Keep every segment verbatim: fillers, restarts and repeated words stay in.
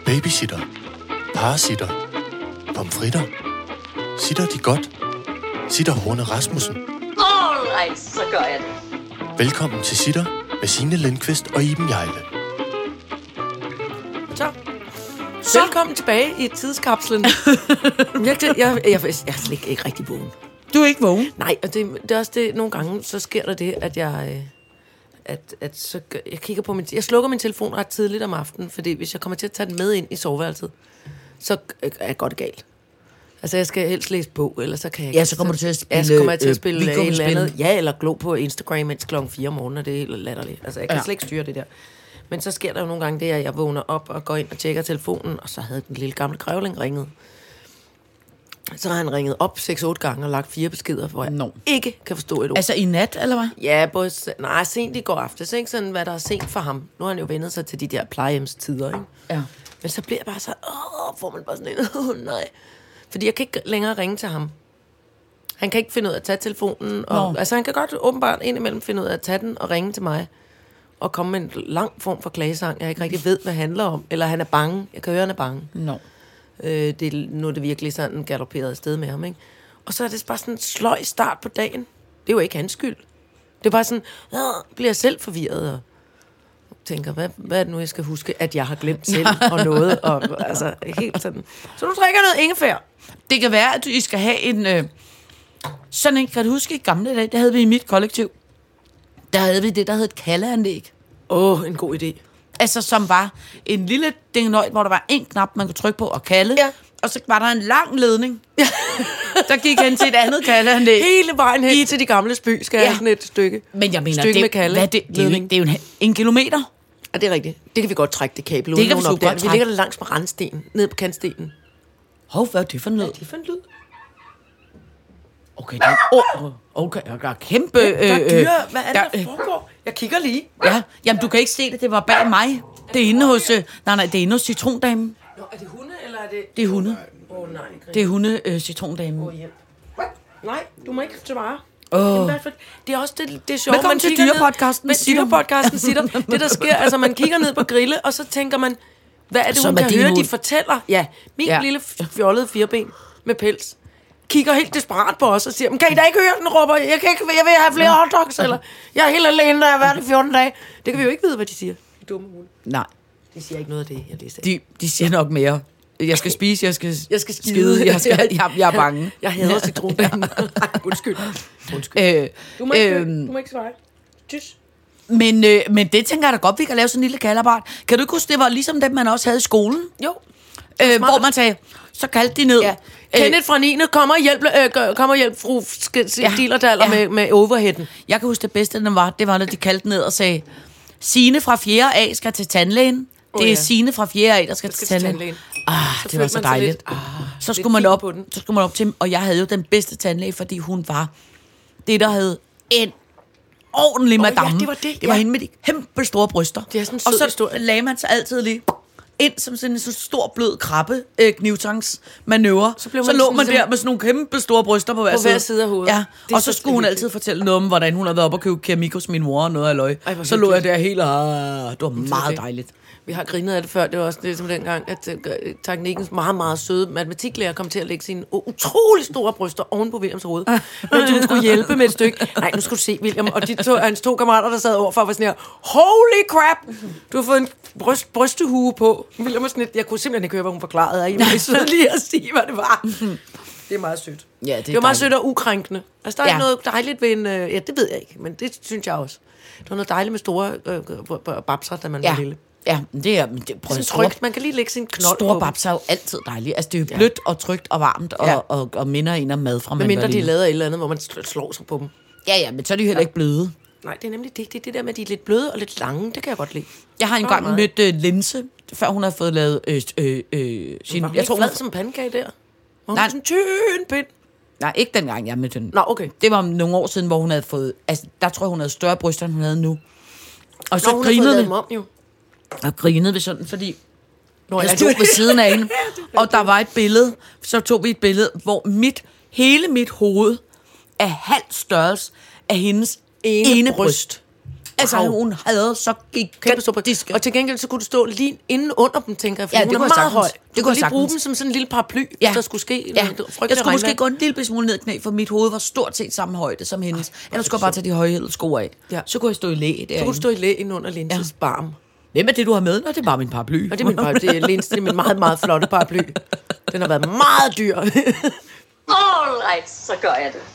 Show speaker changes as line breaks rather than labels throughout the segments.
Babysitter. Parasitter. Pomfritter. Sitter de godt? Sitter Horne Rasmussen.
Alright, så gør jeg det.
Velkommen til Sitter med Signe Lindqvist og Iben Hjejle.
Så. Så. Velkommen tilbage i tidskapslen. jeg, jeg, jeg, jeg, jeg er slet ikke, ikke rigtig vågen.
Du er ikke vågen?
Nej, og det, det er også det, nogle gange, så sker der det, at jeg... At, at så, jeg kigger på min... Jeg slukker min telefon ret tidligt om aftenen, fordi hvis jeg kommer til at tage den med ind i soveværelset, så er det godt galt. Altså, jeg skal helst læse bog, eller så kan jeg...
Ja, så kommer så, du til at spille...
Ja, så kommer jeg til at spille
øh,
et eller andet. Ja, eller glo på Instagram indtil klokken fire om morgenen, og det er helt latterligt. Altså, jeg kan ja. slet ikke styre det der. Men så sker der jo nogle gange det, at jeg vågner op og går ind og tjekker telefonen, og så havde den lille gamle grævling ringet. Så har han ringet op seks otte gange og lagt fire beskeder, hvor jeg no. ikke kan forstå et ord.
Altså i nat, eller hvad?
Ja, både, nej, sent i går aftes, ikke? Sådan, hvad der er sent for ham. Nu har han jo vendet sig til de der plejehjemstider, ikke? Ja. Men så bliver jeg bare så, åh, får man bare sådan en, åh nej. Fordi jeg kan ikke længere ringe til ham. Han kan ikke finde ud af at tage telefonen. Og, no. Altså han kan godt åbenbart indimellem finde ud af at tage den og ringe til mig. Og komme med en lang form for klagesang, jeg ikke rigtig ved, hvad det handler om. Eller han er bange. Jeg kan høre, han er bange.
No.
Øh, det, nu er det virkelig sådan galopperet afsted med ham, ikke? Og så er det bare sådan en sløj start på dagen. Det er jo ikke hans skyld. Det er bare sådan, øh, bliver jeg selv forvirret og tænker, hvad, hvad er det nu, jeg skal huske, at jeg har glemt selv og noget. Og, altså, helt sådan. Så nu drikker jeg noget ingefær.
Det kan være, at I skal have en... Øh, sådan en, kan du huske i gamle dage, det havde vi i mit kollektiv. Der havde vi det, der hed et kaldeanlæg.
Åh, oh, en god idé.
Altså, som var en lille dingenøjt, hvor der var en knap, man kunne trykke på og kalde. Ja. Og så var der en lang ledning, ja. der gik hen til et andet kaldeanlæg.
Hele vejen hen I... til de gamle Spy skal ja. have sådan et stykke.
Men jeg mener,
stykke
det,
med kalde.
hvad, det, det, er jo, det er jo en, en kilometer.
Ja, det er rigtigt. Det kan vi godt trække, det kabel.
Det kan vi godt trække.
Vi ligger det langs med randstenen, ned på kantstenen.
Hov, hvad er det for noget?
Hvad er det for en lyd?
Okay, der er, oh, okay, der er kæmpe...
Ja, der er dyre. Hvad er det, der, der foregår? Jeg kigger lige.
Ja, jamen du kan ikke se det. Det var bag mig. Det er inde hos... Nej, nej, det er inde hos Citrondamen.
Nå, er det hunde, eller er det...
Det er hunde.
Åh, oh, nej.
Det er hunde, øh, Citrondamen.
Åh, oh, hjælp. Nej, du må ikke svare.
Oh.
Det er også det, det er sjovt.
Velkommen til dyrepodcasten.
Men dyrepodcasten siger, det der sker, altså man kigger ned på grille, og så tænker man, hvad er det, hun kan høre, de fortæller? Ja, min ja. lille fjollede fireben med pels kigger helt desperat på os og siger, kan I da ikke høre den, råber, jeg, kan ikke, jeg vil have flere hotdogs, eller jeg er helt alene, der har været i fjorten dage. Det kan vi jo ikke vide, hvad de siger. De dumme hunde.
Nej.
De siger ikke noget af det, jeg læste.
De, de siger nok mere. Jeg skal spise, jeg skal,
jeg skal skide.
skide, jeg, skal, jeg, jeg er bange.
Jeg hader citrondagen. Undskyld. Undskyld. Øh, du, må ikke, øh, du må ikke svare. Tys.
Men, øh, men det tænker jeg da godt, vi kan lave sådan en lille kalderapparat. Kan du ikke huske, det var ligesom det, man også havde i skolen?
Jo.
Øh, hvor man sagde, så kaldte de ned. Ja.
Kenneth fra niende kommer og hjælp, øh, kommer og hjælp fru Dilerdaller ja. med, med overheaden.
Jeg kan huske, det bedste, det var, det var, når de kaldte ned og sagde, Signe fra fjerde A skal til tandlægen. Oh, det er ja. Signe fra fjerde A, der skal, skal til tandlægen. tandlægen. Ah, så det var så dejligt. Lidt, ah, så, skulle man op, så skulle man op til, og jeg havde jo den bedste tandlæge, fordi hun var det, der hed en ordentlig madame. Oh, ja, det var det. Det ja. var hende med de kæmpe store bryster.
Det er sådan
og så
historie.
lagde man sig altid lige ind som sådan en så stor blød krabbe øh, knivtangs manøvre. Så, så lå man ligesom der med sådan nogle kæmpe store bryster på hver,
på
side.
hver side af hovedet.
Ja. Og så, så skulle hun altid fortælle noget om, hvordan hun havde været op og købe keramik hos min mor og noget af løg. Ej, så lå jeg der helt, ah, det var meget dejligt.
Vi har grinet af det før, det var også det som dengang, at uh, teknikkens meget, meget søde matematiklærer kom til at lægge sine utrolig store bryster oven på Williams hoved. Men hun skulle hjælpe med et stykke. Nej, nu skal du se, William. Og de to, hans to kammerater, der sad overfor, var sådan her, holy crap, du har fået en bryst, brystehue på. William var sådan lidt, jeg kunne simpelthen ikke høre, hvad hun forklarede. Jeg var så lige at sige, hvad det var. Det er meget sødt. Ja, det, det var meget sødt og ukrænkende. Altså, der er ja. noget dejligt ved en... Øh, ja, det ved jeg ikke, men det synes jeg også. Det var noget dejligt med store øh, babser, da man ja. var lille.
Ja, det er... Det,
prøv, sådan trygt. Man kan lige lægge sin knold
store babser er jo altid dejlige. Altså, det er jo blødt ja. og trygt og varmt og, ja. og, og, og minder en af mad fra man.
Men mindre de lader et eller andet, hvor man slår sig på dem.
Ja, ja, men så er de heller ja. ikke bløde.
Nej, det er nemlig det. Det er det der med, at de er lidt bløde og lidt lange. Det kan jeg godt lide.
Jeg har engang mødt uh, Linse, før hun har fået lavet... Øh, øh, øh, sin,
var hun jeg tror, flad hun... som pandekage der? Var hun
nej,
sådan en tynd pind?
Nej, ikke dengang, jeg mødte hende.
Nå, okay.
Det var nogle år siden, hvor hun havde fået... Altså, der tror jeg, hun havde større bryster, end hun havde nu. Og så
Nå,
grinede vi.
Om, jo.
Og grinede vi sådan, fordi... Nå, jeg stod ved siden af hende, og der var et billede. Så tog vi et billede, hvor mit, hele mit hoved er halv størrelse af hendes ene, ene bryst. Altså,
Wow.
hun havde så gigantiske...
Og til gengæld, så kunne du stå lige inde under dem, tænker jeg, for
Ja,
hun
det
er
kunne
meget
jeg sagtens.
høj.
Det
Du
kunne
kunne
jeg
lige bruge
sagtens.
dem som sådan en lille paraply,
Ja.
hvis der skulle ske
Ja.
noget
Jeg
frygteligt
skulle måske
regnvejr.
gå en lille smule ned i knæ, for mit hoved var stort set samme højde som hendes. Ellers skulle jeg bare tage de højhælede sko af.
Ja.
Så kunne jeg stå i læ derinde.
Så kunne du stå i læ ind under Linses ja. barm.
Hvem er det, du har med? Nå, det er bare min paraply.
Og det er min paraply. Det er, Linse, det er min meget, meget flotte paraply. Den har været meget dyr.
All right, så gør jeg det.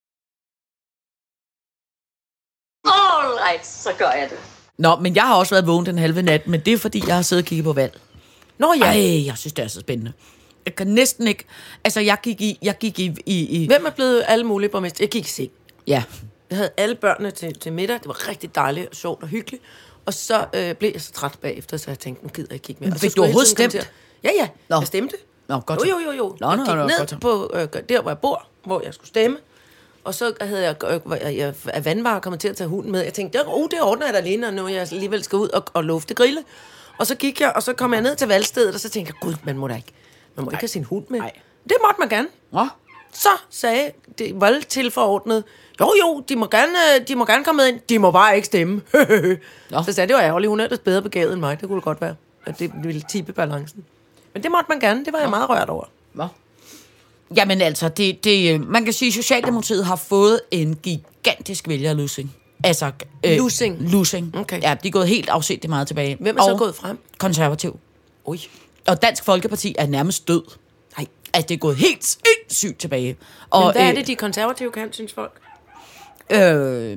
All right, så gør jeg det.
Nå, men jeg har også været vågen den halve nat, men det er fordi, jeg har siddet og kigget på valg.
Nå ja.
Ej, jeg synes, det er så spændende. Jeg kan næsten ikke... Altså, jeg gik i... Jeg gik i, i, i
Hvem er blevet alle mulige borgmester? Jeg gik i seng.
Ja.
Jeg havde alle børnene til, til middag. Det var rigtig dejligt, sjovt og hyggeligt. Og så øh, blev jeg så træt bagefter, så jeg tænkte, nu gider jeg ikke kigge mere. Og
Fik
så
du
skulle jeg
overhovedet
hele tiden
stemt?
komme til at- Ja, ja.
Nå.
Jeg stemte.
Nå, godt.
Jo, jo, jo, jo.
Nå,
jeg
nå,
gik
nå,
ned
godt.
på øh, der, hvor jeg bor, hvor jeg skulle stemme. Og så havde jeg, øh, jeg, jeg af vandvarer kommet til at tage hunden med. Jeg tænkte, oh, det ordner jeg da alene, og nu jeg alligevel skal ud og, og lufte grille. Og så gik jeg, og så kom jeg ned til valgstedet, og så tænkte jeg, gud, man må da ikke, man må ikke have sin hund med.
Nej.
Det måtte man gerne.
Nå.
Så sagde det valgtilforordnede, jo jo, de må, gerne, de må gerne komme med ind, de må bare ikke stemme.
Nå.
Så sagde jeg, det var ærgerligt, hun er ellers bedre begavet end mig, det kunne det godt være, at det ville tippe balancen. Men det måtte man gerne, det var jeg meget rørt over.
Nå. Jamen altså, det, det, man kan sige, at Socialdemokratiet har fået en gigantisk vælgerlussing. Altså... Øh,
Lussing?
Lussing.
Okay.
Ja, de er gået helt afsindigt meget tilbage.
Hvem er så
Og
gået frem?
Konservativ.
Oj.
Og Dansk Folkeparti er nærmest død.
Nej.
At det er gået helt sindssygt tilbage.
Og,
Og,
Men hvad er
øh,
det, de konservative kan, synes folk?
Øh,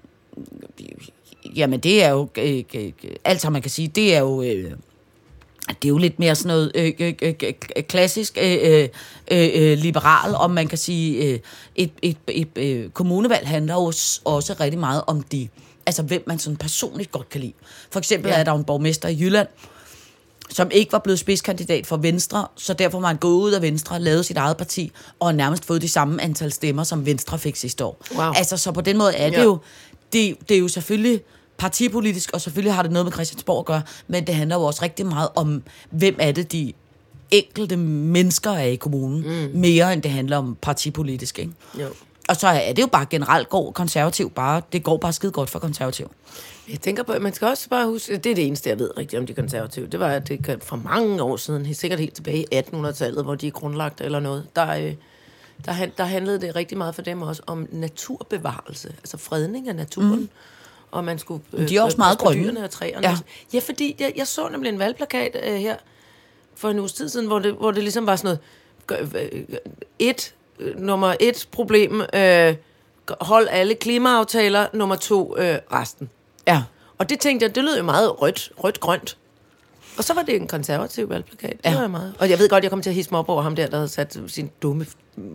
jamen, det er jo... Øh, øh, altså, man kan sige, det er jo... Øh, det er jo lidt mere sådan noget øh, øh, øh, klassisk øh, øh, øh, liberal, om man kan sige, øh, et, et, et, et øh, kommunevalg handler jo også rigtig meget om de, altså hvem man sådan personligt godt kan lide. For eksempel ja. er der en borgmester i Jylland, som ikke var blevet spidskandidat for Venstre, så derfor var han gået ud af Venstre, lavet sit eget parti, og nærmest fået de samme antal stemmer, som Venstre fik sidste år.
Wow.
Altså, så på den måde er det
ja.
jo, det, det er jo selvfølgelig partipolitisk, og selvfølgelig har det noget med Christiansborg at gøre, men det handler jo også rigtig meget om, hvem er det, de enkelte mennesker er i kommunen, mm. mere end det handler om partipolitisk, ikke?
Jo.
Og så er det jo bare generelt går konservativ bare, det går bare skide godt for konservativ.
Jeg tænker på, man skal også bare huske, det er det eneste, jeg ved rigtigt om de konservative. Det var, at det for mange år siden, sikkert helt tilbage i attenhundredetallet, hvor de er grundlagt eller noget, der, øh, der, der handlede det rigtig meget for dem også om naturbevarelse, altså fredning af naturen. Mm. Og man skulle... Øh,
de er også meget grønne.
Dyrene og træerne. Ja, ja fordi jeg, jeg så nemlig en valgplakat øh, her for en uges tid siden, hvor det, hvor det ligesom var sådan noget... Øh, et, øh, nummer et problem, øh, hold alle klimaaftaler, nummer to, øh, resten.
Ja.
Og det tænkte jeg, det lød jo meget rødt, rødt-grønt. Og så var det en konservativ valgplakat. Det
ja.
var jeg meget. Og jeg ved godt, jeg kom til at hisse mig op over ham der, der havde sat sin dumme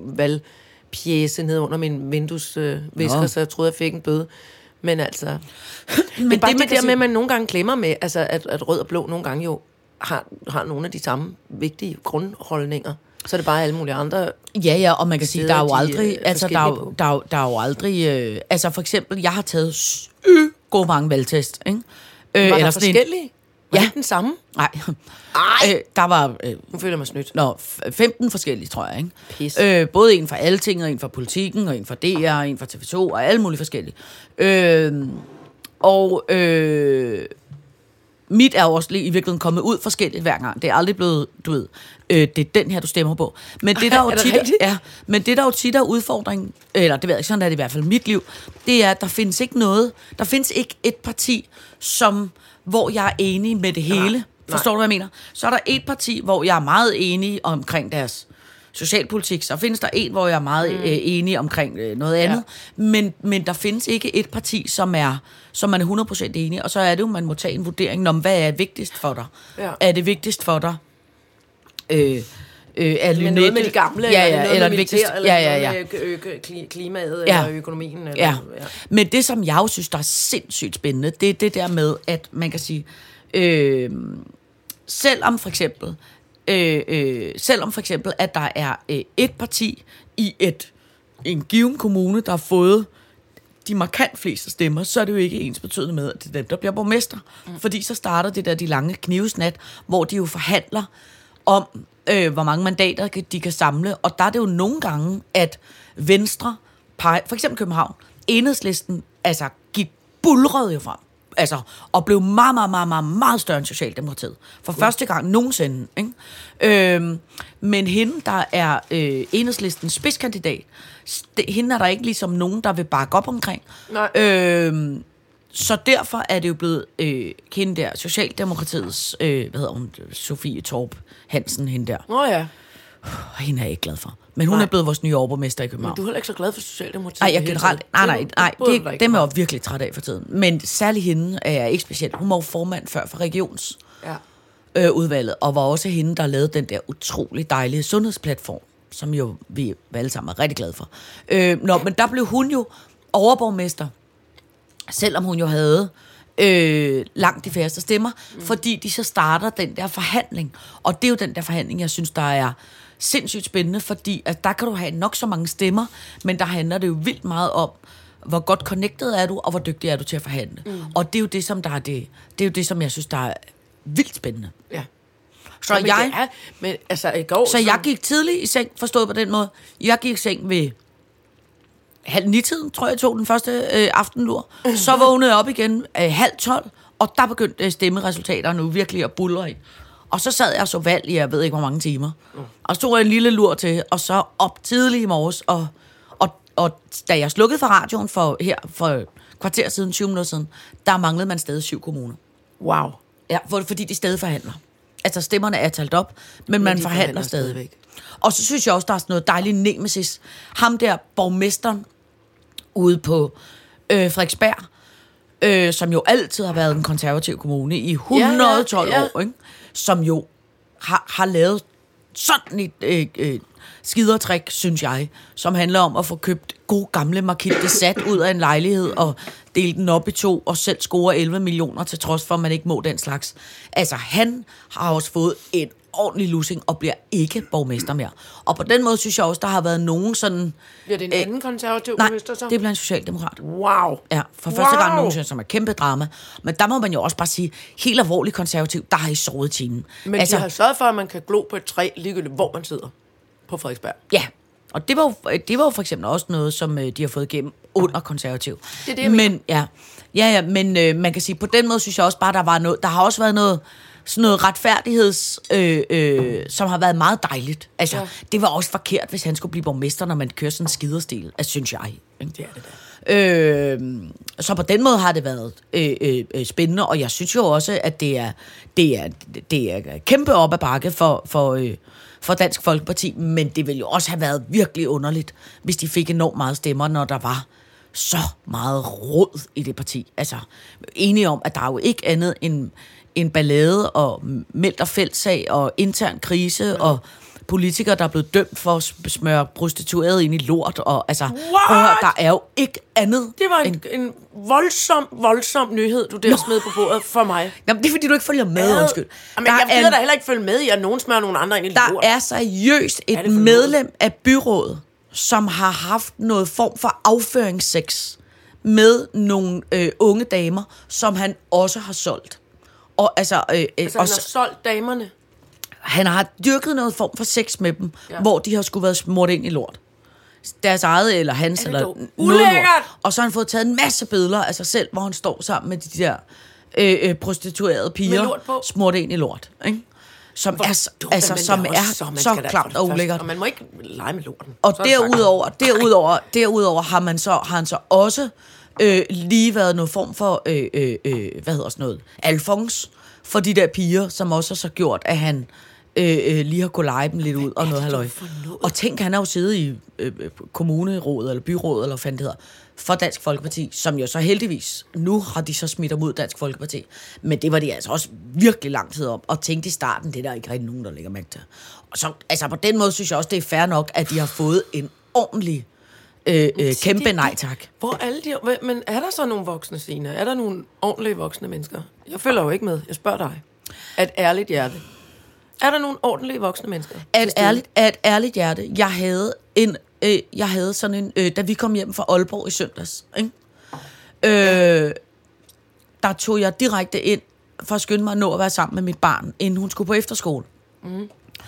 valgpjæse ned under min vinduesvisker, øh, så jeg troede, jeg fik en bøde. Men altså... men, men bare det, det der med, at man nogle gange glemmer med, altså at, at rød og blå nogle gange jo har, har nogle af de samme vigtige grundholdninger. Så er det bare alle mulige andre...
Ja, ja, og man kan sige, der er jo
de,
aldrig...
øh,
altså, der er, jo, der, er jo, der er jo aldrig... Øh, altså, for eksempel, jeg har taget syge gode mange valgtest, ikke? Øh,
var der
sådan
forskellige?
En,
var
ja.
det den samme?
Nej.
Ej.
Øh, der var... Øh,
nu føler jeg mig snydt.
Nå, femten forskellige, tror jeg, ikke?
Pis.
Øh, både en fra Altinget, og en fra Politikken, og en fra D R, og en fra T V to, og alle mulige forskellige. Øh, og... Øh, mit er jo også lige i virkeligheden kommet ud forskelligt hver gang. Det er aldrig blevet, du ved, øh, det er den her, du stemmer på. Men det, der jo
er det
tit,
rigtigt?
ja, men det, der jo tit er udfordring, eller det ved jeg ikke, sådan er det i hvert fald mit liv, det er, at der findes ikke noget, der findes ikke et parti, som, hvor jeg er enig med det hele.
Nej.
Forstår du, hvad jeg mener? Så er der et parti, hvor jeg er meget enig omkring deres socialpolitik, så findes der en, hvor jeg er meget mm. øh, enig omkring øh, noget andet, ja. men, men der findes ikke et parti, som er som man er hundrede procent enig, og så er det jo, man må tage en vurdering om, hvad er vigtigst for dig? Ja. Er det vigtigst for dig? Øh, øh, er
det noget med de gamle,
ja, ja,
eller noget
eller
med militær,
vigtigst,
eller
ja, ja, ja.
noget med ø- ø- klimaet,
ja.
eller økonomien? Eller,
ja.
ja.
Men det, som jeg jo synes, der er sindssygt spændende, det er det der med, at man kan sige, øh, selvom for eksempel, øh, øh, selvom for eksempel, at der er øh, et parti i et en given kommune, der har fået de markant fleste stemmer, så er det jo ikke ensbetydende med, at det er dem, der bliver borgmester. Mm. Fordi så starter det der de lange knivsnat, hvor de jo forhandler om, øh, hvor mange mandater de kan samle. Og der er det jo nogle gange, at Venstre, for eksempel København, Enhedslisten, altså bulrede jo frem. Altså, og blev meget, meget, meget, meget, meget større end Socialdemokratiet. For ja. første gang nogensinde. Ikke? Øhm, men hende, der er øh, Enhedslistens spidskandidat, hende er der ikke ligesom nogen, der vil bakke op omkring.
Nej.
Øhm, så derfor er det jo blevet øh, hende der, Socialdemokratiets, øh, hvad hedder hun, Sofie Torp Hansen, hende der.
Åh oh, ja.
Hende er jeg ikke glad for. Men hun Nej. er blevet vores nye overborgmester i København.
Men du er heller ikke så glad for Socialdemokratiet?
Nej, jeg generelt. Nej, nej, nej. Det, det, dem er jeg virkelig træt af for tiden. Men særlig hende er jeg ikke specielt. Hun var jo formand før for regions
ja.
øh, udvalget, og var også hende, der lavede den der utrolig dejlige sundhedsplatform, som jo vi alle sammen er rigtig glade for. Øh, nå, men der blev hun jo overborgmester, selvom hun jo havde øh, langt de færreste stemmer, mm. fordi de så starter den der forhandling. Og det er jo den der forhandling, jeg synes, der er sindssygt spændende, fordi at der kan du have nok så mange stemmer, men der handler det jo vildt meget om, hvor godt connected er du, og hvor dygtig er du til at forhandle. Mm. Og det er jo det, som der er det, det er jo det, som jeg synes, der er vildt spændende.
Ja.
Så
Jamen,
jeg,
er, men altså i går...
så som... jeg gik tidligt i seng, forstået på den måde. Jeg gik i seng ved halv ni-tiden, tror jeg, tog den første øh, aftenlur. Så vågnede jeg op igen øh, halv tolv, og der begyndte øh, stemmeresultaterne nu virkelig at buldre ind. Og så sad jeg så valg i, jeg ved ikke, hvor mange timer. Mm. Og så tog jeg en lille lur til, og så op tidligt i morges. Og, og, og da jeg slukkede for radioen for, her for kvarter siden, tyve minutter siden, der manglede man stadig syv kommuner.
Wow.
Ja, for, fordi de stadig forhandler. Altså stemmerne er talt op, men, men man forhandler, forhandler stadigvæk. Og så synes jeg også, der er sådan noget dejligt nemesis. Ham der, borgmesteren, ude på øh, Frederiksberg, øh, som jo altid har været en konservativ kommune i et hundrede og tolv ja, ja, ja. år, ikke? Som jo har, har lavet sådan et øh, øh, skidertræk, synes jeg, som handler om at få købt god gamle Marquis de Sade ud af en lejlighed og dele den op i to og selv score elleve millioner, til trods for, at man ikke må den slags. Altså, han har også fået en ordentlig lussing og bliver ikke borgmester mere. Og på den måde synes jeg også, der har været nogen sådan...
Bliver det en øh, anden konservativ
nej,
borgmester så?
Nej, det bliver en socialdemokrat.
Wow.
Ja, for første wow. gang nogensinde, som er kæmpe drama. Men der må man jo også bare sige, helt alvorligt konservativ, der har I sovet timen.
Men altså, de har sørget for, at man kan glo på et træ, ligegyldigt hvor man sidder på Frederiksberg.
Ja, og det var jo, det var jo for eksempel også noget, som øh, de har fået igennem under konservativ.
Det er det, jeg
men, ja, ja, ja, men øh, man kan sige, på den måde synes jeg også bare, der var noget, der har også været noget, sådan noget retfærdigheds, øh, øh, som har været meget dejligt. Altså, ja. Det var også forkert, hvis han skulle blive borgmester, når man kører sådan en skiderstil, altså, synes jeg. Ikke?
Det er det der.
Øh, så på den måde har det været øh, øh, spændende, og jeg synes jo også, at det er, det er, det er kæmpe op ad bakke for, for, øh, for Dansk Folkeparti, men det ville jo også have været virkelig underligt, hvis de fik enormt meget stemmer, når der var så meget råd i det parti. Altså, enige om, at der er jo ikke andet end en ballade og meldt og fældsag og intern krise ja. Og politikere, der er blevet dømt for at smøre prostitueret ind i lort. Og altså, prøv at høre, der er jo ikke andet.
Det var en, end... en voldsom, voldsom nyhed, du der smed på bordet for mig.
Jamen, det er fordi, du ikke følger med, ja. Undskyld.
Jamen, jeg gider er... da heller ikke følge med i, at nogen smører nogen andre ind i
der
lort.
Der er seriøst et er medlem af byrådet, som har haft noget form for afføringssex med nogle øh, unge damer, som han også har solgt. Og, altså, øh,
altså han har solgt damerne?
Han har dyrket noget form for sex med dem, ja. Hvor de har skulle været smurt ind i lort. Deres eget eller hans eller noget lort. Og så har han fået taget en masse billeder af sig selv, hvor han står sammen med de der øh, øh, prostituerede piger, smurt ind i lort, ikke? Som hvor, er, du, altså, som er så, så klamt og ulækkert.
Og man må ikke lege med lorten.
Og derudover, derudover, derudover har man så har han så også øh, lige været noget form for øh, øh, øh, hvad hedder sådan noget, Alfons for de der piger, som også har så gjort, at han øh, øh, lige har kunnet lege dem lidt ud og noget halløj. Og tænk, han har jo siddet i øh, kommunerådet eller byrådet eller hvad fanden det hedder, for Dansk Folkeparti, som jo så heldigvis, nu har de så smidt mod Dansk Folkeparti, men det var de altså også virkelig lang tid om, og tænkte i starten, det er der ikke rigtig nogen, der lægger mærke til. Og så, altså på den måde synes jeg også, det er fair nok, at de har fået en ordentlig øh, øh, kæmpe nej tak.
Hvor alle de, men er der så nogle voksne, Signe? Er der nogle ordentlige voksne mennesker? Jeg følger jo ikke med, jeg spørger dig. Af et ærligt hjerte. Er der nogle ordentlige voksne mennesker?
Af et ærligt, af et ærligt hjerte. Jeg havde en Øh, jeg havde sådan en, øh, da vi kom hjem fra Aalborg i søndags, ikke? Øh, ja. Der tog jeg direkte ind for at skynde mig at nå at være sammen med mit barn, inden hun skulle på efterskole. Mm.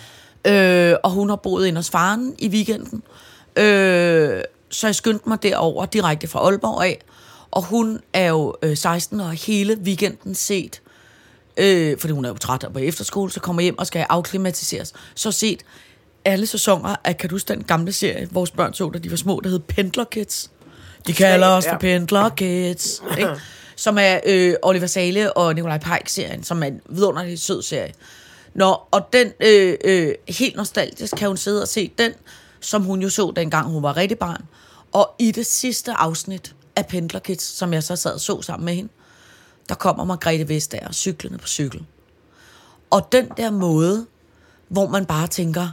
Øh, og hun har boet inde hos faren i weekenden. Øh, så jeg skyndte mig derover direkte fra Aalborg af, Og hun er jo øh, seksten og hele weekenden set, øh, fordi hun er jo træt på efterskole, så kommer hjem og skal afklimatiseres. Så set alle sæsoner af, kan du huske den gamle serie, vores børn så, da de var små, der hed Pendler Kids. De kalder os for Pendler Kids. Ikke? Som er øh, Oliver Sale og Nikolaj Pike-serien, som er en vidunderlig sød serie. Nå, og den, øh, øh, helt nostalgisk, kan hun sidde og se den, som hun jo så, dengang hun var rigtig barn. Og i det sidste afsnit af Pendler Kids, som jeg så sad og så sammen med hende, der kommer Margrethe Vestager cyklende på cykel. Og den der måde, hvor man bare tænker,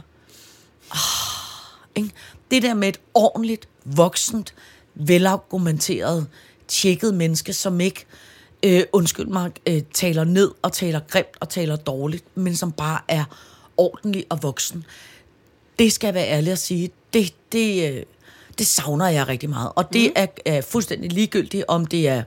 ah, ikke? Det der med et ordentligt, voksent, velargumenteret, tjekket menneske, som ikke, øh, undskyld mig, øh, taler ned og taler grimt og taler dårligt, men som bare er ordentlig og voksen. Det skal jeg være ærlig at sige, det, det, øh, det savner jeg rigtig meget. Og det mm. er, er fuldstændig ligegyldigt, om det er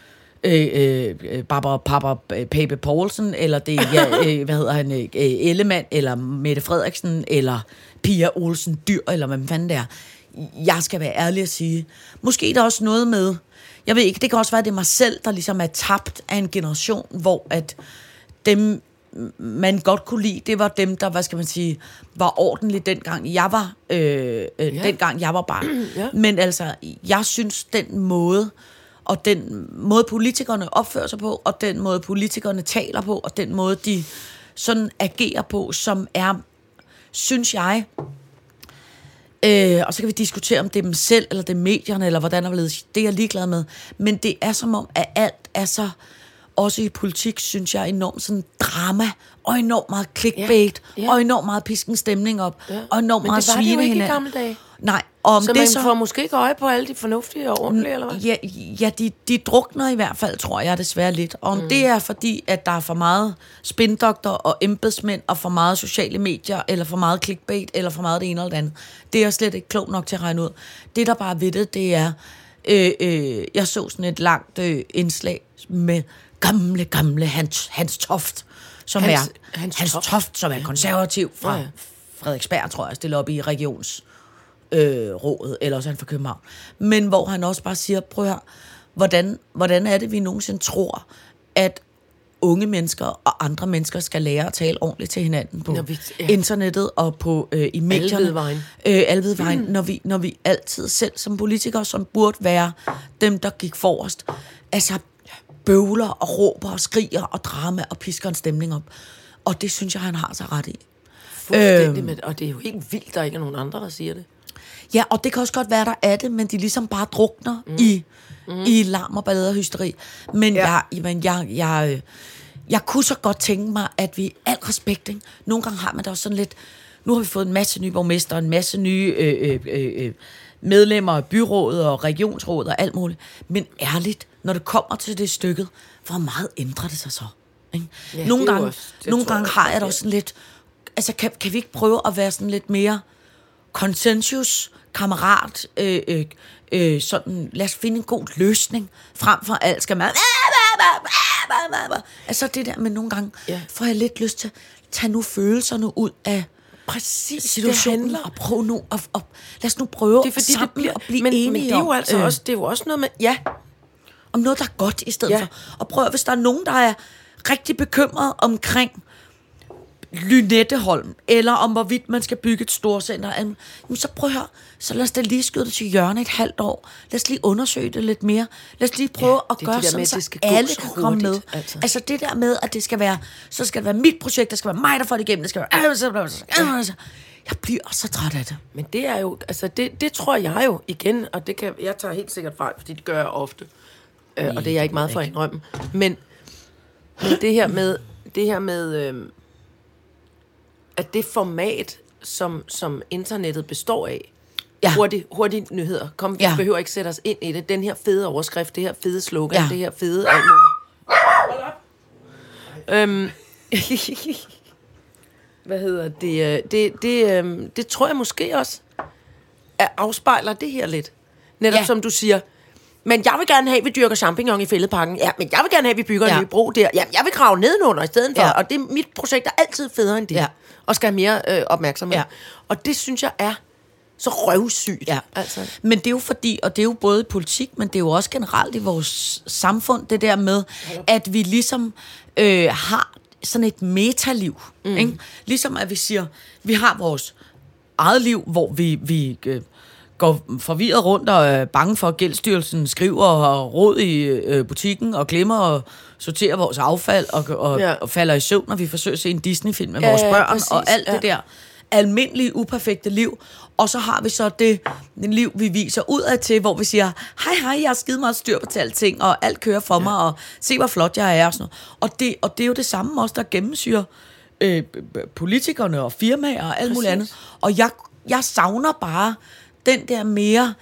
øh, øh, Barbara Papa Pape Poulsen, eller det er, ja, øh, hvad hedder han, øh, Ellemann, eller Mette Frederiksen, eller Pia Olsen Dyr, eller hvad fanden det er. Jeg skal være ærlig at sige, måske er der også noget med, jeg ved ikke, det kan også være, at det er mig selv, der ligesom er tabt af en generation, hvor at dem, man godt kunne lide, det var dem, der, hvad skal man sige, var ordentligt dengang jeg var, øh, øh, ja. dengang jeg var barn. Ja. Men altså, jeg synes, den måde, og den måde politikerne opfører sig på, og den måde politikerne taler på, og den måde, de sådan agerer på, som er, synes jeg, Øh, og så kan vi diskutere, om det er dem selv, eller det er medierne, eller hvordan der er blevet. Det er jeg ligeglad med. Men det er som om, at alt er så, også i politik, synes jeg, enormt sådan drama, og enormt meget clickbait, ja, ja. og enormt meget pisken stemning op, ja. og enormt meget svine hinanden. Men det var det jo ikke i gamle dage. Nej. Og om
så
det
man
så
får måske ikke øje på alle de fornuftige og ordentlige, eller hvad?
Ja, ja de, de drukner i hvert fald, tror jeg desværre lidt. Og om mm. det er fordi, at der er for meget spindoktor og embedsmænd, og for meget sociale medier, eller for meget clickbait, eller for meget det ene eller det andet, det er jeg slet ikke klog nok til at regne ud. Det, der bare er ved det, det er, øh, øh, jeg så sådan et langt øh, indslag med gamle, gamle Hans, Hans Toft, som Hans, er Hans, Hans Toft. Toft, som er konservativ fra ja. Frederiksberg, tror jeg, stiller op i regions Øh, rådet, eller også han fra København. Men hvor han også bare siger, prøv at høre, hvordan, hvordan er det, vi nogensinde tror, at unge mennesker og andre mennesker skal lære at tale ordentligt til hinanden på vi, ja. internettet og på øh, i medierne.
Alvedvejen.
Øh, Alvedvejen, mm. når, vi, når vi altid selv som politikere, som burde være dem, der gik forrest, altså bøvler og råber og skriger og drama og pisker en stemning op. Og det synes jeg, han har så ret i.
Fuldstændig, med, og det er jo helt vildt, der ikke er nogen andre, der siger det.
Ja, og det kan også godt være, der er det, men de ligesom bare drukner mm. i, mm. i larm og ballade og hysteri. Men ja. jeg, jamen, jeg, jeg, jeg kunne så godt tænke mig, at vi, al respekt, ikke? Nogle gange har man da også sådan lidt, nu har vi fået en masse nye borgmester, en masse nye øh, øh, øh, medlemmer af byrådet og regionsrådet og alt muligt. Men ærligt, når det kommer til det stykket, hvor meget ændrer det sig så? Ikke? Ja, nogle gange, også, nogle gange jeg, har jeg da også sådan lidt, altså kan, kan vi ikke prøve at være sådan lidt mere konsensus, kammerat, øh, øh, øh, sådan, lad os finde en god løsning, frem for alt skal man, altså det der, men nogle gange ja. får jeg lidt lyst til at tage nu følelserne ud af præcis situationen, og prøve nu, og, og lad os nu prøve det sammen det bliver, at blive
men,
enige
men det er jo altså
om,
også, det er jo også noget med, ja,
om noget, der er godt i stedet
ja.
for, og prøv, hvis der er nogen, der er rigtig bekymret omkring Lynetteholm, eller om hvorvidt man skal bygge et storcenter, jamen, så prøv at høre, så lad os da lige skyde det til hjørne et halvt år. Lad os lige undersøge det lidt mere. Lad os lige prøve ja, at gøre sådan, med, så alle kan hurtigt, komme med. Altså. altså det der med, at det skal være, så skal det være mit projekt, der skal være mig, der får det igennem, det skal være, jeg bliver så træt af det.
Men det er jo, altså det, det tror jeg jo igen, og det kan, jeg tager helt sikkert fejl, fordi det gør jeg ofte, øh, og det er jeg ikke meget for at indrømme. Men, men det her med, det her med, øh, at det format, som, som internettet består af, ja. hurtige, hurtige nyheder, kom, vi ja. behøver ikke sætte os ind i det, den her fede overskrift, det her fede slogan, ja. det her fede alt muligt. Hold op! Øhm, hvad hedder det? Det, det, det, det tror jeg måske også afspejler det her lidt. Netop ja. som du siger, men jeg vil gerne have, at vi dyrker champignon i fældeparken. Ja, men jeg vil gerne have, at vi bygger ja. en ny bro der. Ja, jeg vil grave nedenunder i stedet for. Ja. Og det, mit projekt er altid federe end det. Ja. Og skal have mere øh, opmærksomhed. Ja. Og det synes jeg er så røvsygt.
Ja.
Altså.
Men det er jo fordi, og det er jo både i politik, men det er jo også generelt i vores samfund, det der med, at vi ligesom øh, har sådan et metaliv. Mm. Ikke? Ligesom at vi siger, vi har vores eget liv, hvor vi, vi øh, går forvirret rundt og er bange for, at Gældsstyrelsen skriver og råd i øh, butikken og glemmer at sortere vores affald og, og, ja. og falder i søvn, når vi forsøger at se en Disney-film med ja, vores børn ja, og alt ja. det der almindelige, uperfekte liv. Og så har vi så det, det liv, vi viser udad til, hvor vi siger, hej, hej, jeg har skide meget styr på til alting, og alt kører for ja. mig, og se, hvor flot jeg er. Og, sådan noget. Og, det, og det er jo det samme også, der gennemsyrer øh, politikerne og firmaer og alt muligt andet. Og jeg, jeg savner bare den der mere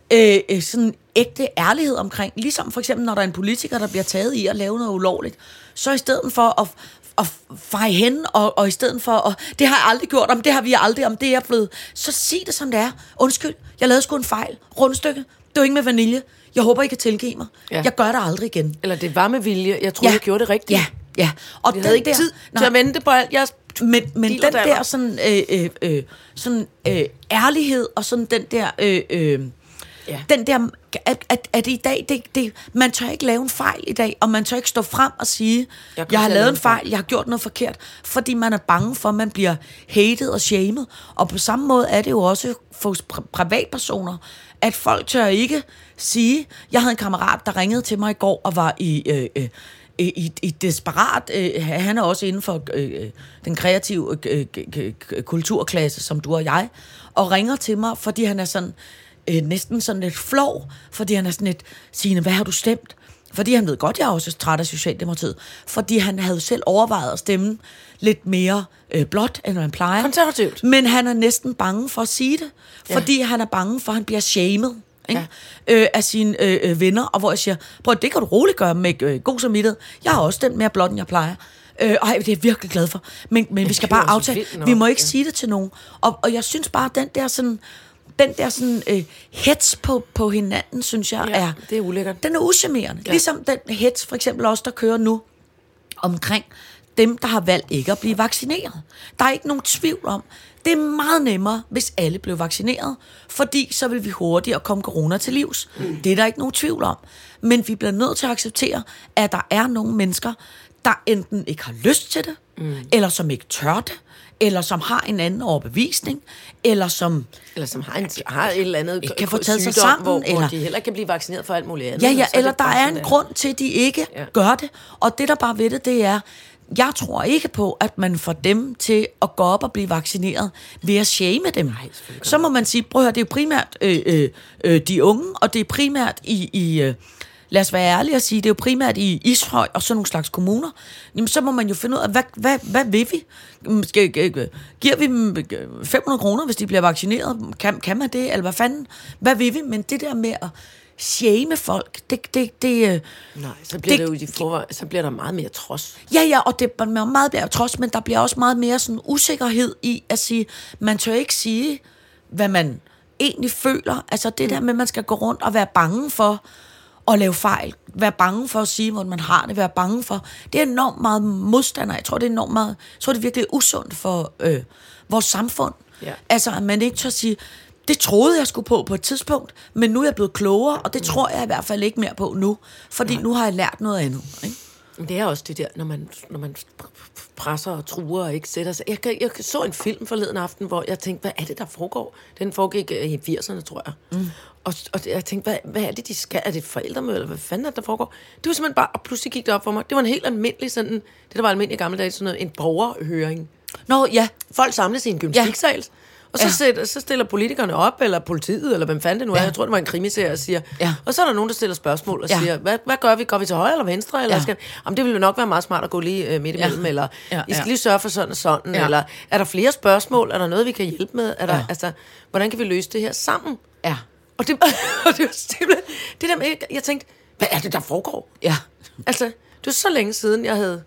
øh, sådan ægte ærlighed omkring, ligesom for eksempel, når der er en politiker, der bliver taget i at lave noget ulovligt, så i stedet for at og feje hen, og, og i stedet for, og det har jeg aldrig gjort, om det har vi aldrig, om det er blevet, så sig det som det er. Undskyld, jeg lavede sgu en fejl. Rundstykke, det var ikke med vanilje. Jeg håber, I kan tilgive mig. Ja. Jeg gør det aldrig igen.
Eller det var med vilje. Jeg tror, ja. jeg gjorde det rigtigt.
Ja, ja. Og
jeg havde ikke der, tid nej, til at vente på alt. Jeg
men men den der, der sådan, øh, øh, øh, sådan øh, ærlighed, og sådan den der... Øh, øh, Ja. Den der, at, at, at i dag, det, det, man tør ikke lave en fejl i dag, og man tør ikke stå frem og sige, jeg, jeg har lavet en fejl, fejl, jeg har gjort noget forkert, fordi man er bange for, at man bliver hated og shamed. Og på samme måde er det jo også for privatpersoner, at folk tør ikke sige, jeg havde en kammerat, der ringede til mig i går, og var i... Øh, øh, I, i desperat, øh, han er også inden for øh, den kreative øh, kulturklasse, som du og jeg, og ringer til mig, fordi han er sådan... Øh, næsten sådan lidt flov, fordi han er sådan lidt, Signe, hvad har du stemt? Fordi han ved godt, jeg er også træt af Socialdemokratiet. Fordi han havde selv overvejet at stemme lidt mere øh, blåt, end man plejer.
Konservativt.
Men han er næsten bange for at sige det, fordi ja. han er bange for, at han bliver shamed ikke? Ja. Øh, af sine øh, venner. Og hvor jeg siger, prøv, det kan du roligt gøre med øh, god samvittighed. Jeg har også stemt mere blåt, end jeg plejer. Øh, og det er jeg virkelig glad for. Men, men vi skal bare aftale, vi må ikke ja. sige det til nogen. Og, og jeg synes bare, den der sådan... Den der sådan øh, hets på, på hinanden, synes jeg,
ja,
er...
det er ulækkert.
Den er uschammerende. Ja. Ligesom den hets, for eksempel også, der kører nu, omkring dem, der har valgt ikke at blive vaccineret. Der er ikke nogen tvivl om, det er meget nemmere, hvis alle blev vaccineret, fordi så vil vi hurtigere komme corona til livs. Mm. Det er der ikke nogen tvivl om. Men vi bliver nødt til at acceptere, at der er nogle mennesker, der enten ikke har lyst til det, mm. eller som ikke tør det, eller som har en anden overbevisning, eller som...
Eller som har, en, har et eller andet
kan få taget
sygdom,
sig sammen,
hvor,
eller,
hvor de heller kan blive vaccineret for alt muligt andet.
Ja, ja, eller der er en grund til, at de ikke
ja.
gør det. Og det, der bare ved det, det er, jeg tror ikke på, at man får dem til at gå op og blive vaccineret ved at shame dem. Nej, så må man sige, prøv at høre, det er jo primært øh, øh, øh, de unge, og det er primært i... i øh, lad os være ærlige og sige, det er jo primært i Ishøj og sådan nogle slags kommuner. Jamen, så må man jo finde ud af, hvad, hvad, hvad vil vi? Skal, giver vi dem fem hundrede kroner, hvis de bliver vaccineret? Kan, kan man det? Eller hvad fanden? Hvad vil vi? Men det der med at shame folk, det... det, det
Nej, så bliver, det, det jo de forvej, så bliver der meget mere trods.
Ja, ja, og det er meget mere trods, men der bliver også meget mere sådan usikkerhed i at sige, man tør ikke sige, hvad man egentlig føler. Altså det der med, at man skal gå rundt og være bange for at lave fejl, være bange for at sige, hvordan man har det, være bange for, det er enormt meget modstander. Jeg tror, det er enormt meget, jeg tror, det er virkelig usundt for øh, vores samfund. Ja. Altså, at man ikke tør sige, det troede jeg skulle på på et tidspunkt, men nu er jeg blevet klogere, og det mm. tror jeg i hvert fald ikke mere på nu, fordi Nej. nu har jeg lært noget andet. Ikke?
Det er også det der, når man, når man presser og truer og ikke sætter sig. Jeg, jeg så en film forleden aften, hvor jeg tænkte, hvad er det, der foregår? Den foregik i firserne, tror jeg. Mm. Og, og jeg tænkte, hvad, hvad er det, de skal? Er det forældremøde, eller hvad fanden er det, der foregår? Det var simpelthen bare, og pludselig gik det op for mig. Det var en helt almindelig sådan, det der var almindelig i gamle dage, sådan noget, en borgerhøring.
Nå, ja.
Folk samles i en gymnastiksal, ja. Og så, ja. sætter, så stiller politikerne op, eller politiet, eller hvem fanden det nu er. Ja. Jeg tror, det var en krimiserie, og siger. Ja. Og så er der nogen, der stiller spørgsmål og ja. siger, hvad, hvad gør vi? Går vi til højre eller venstre? Eller ja. skal, jamen, det ville jo nok være meget smart at gå lige uh, midt imellem, ja. eller ja. I skal lige sørge for sådan og sådan, ja. eller er der flere spørgsmål? Er der noget, vi kan hjælpe med? Er der, ja. altså, hvordan kan vi løse det her sammen?
Ja.
Og det, og det var simpelthen, det der med, jeg tænkte, hvad er det, der foregår?
Ja.
Altså, det var så længe siden, jeg havde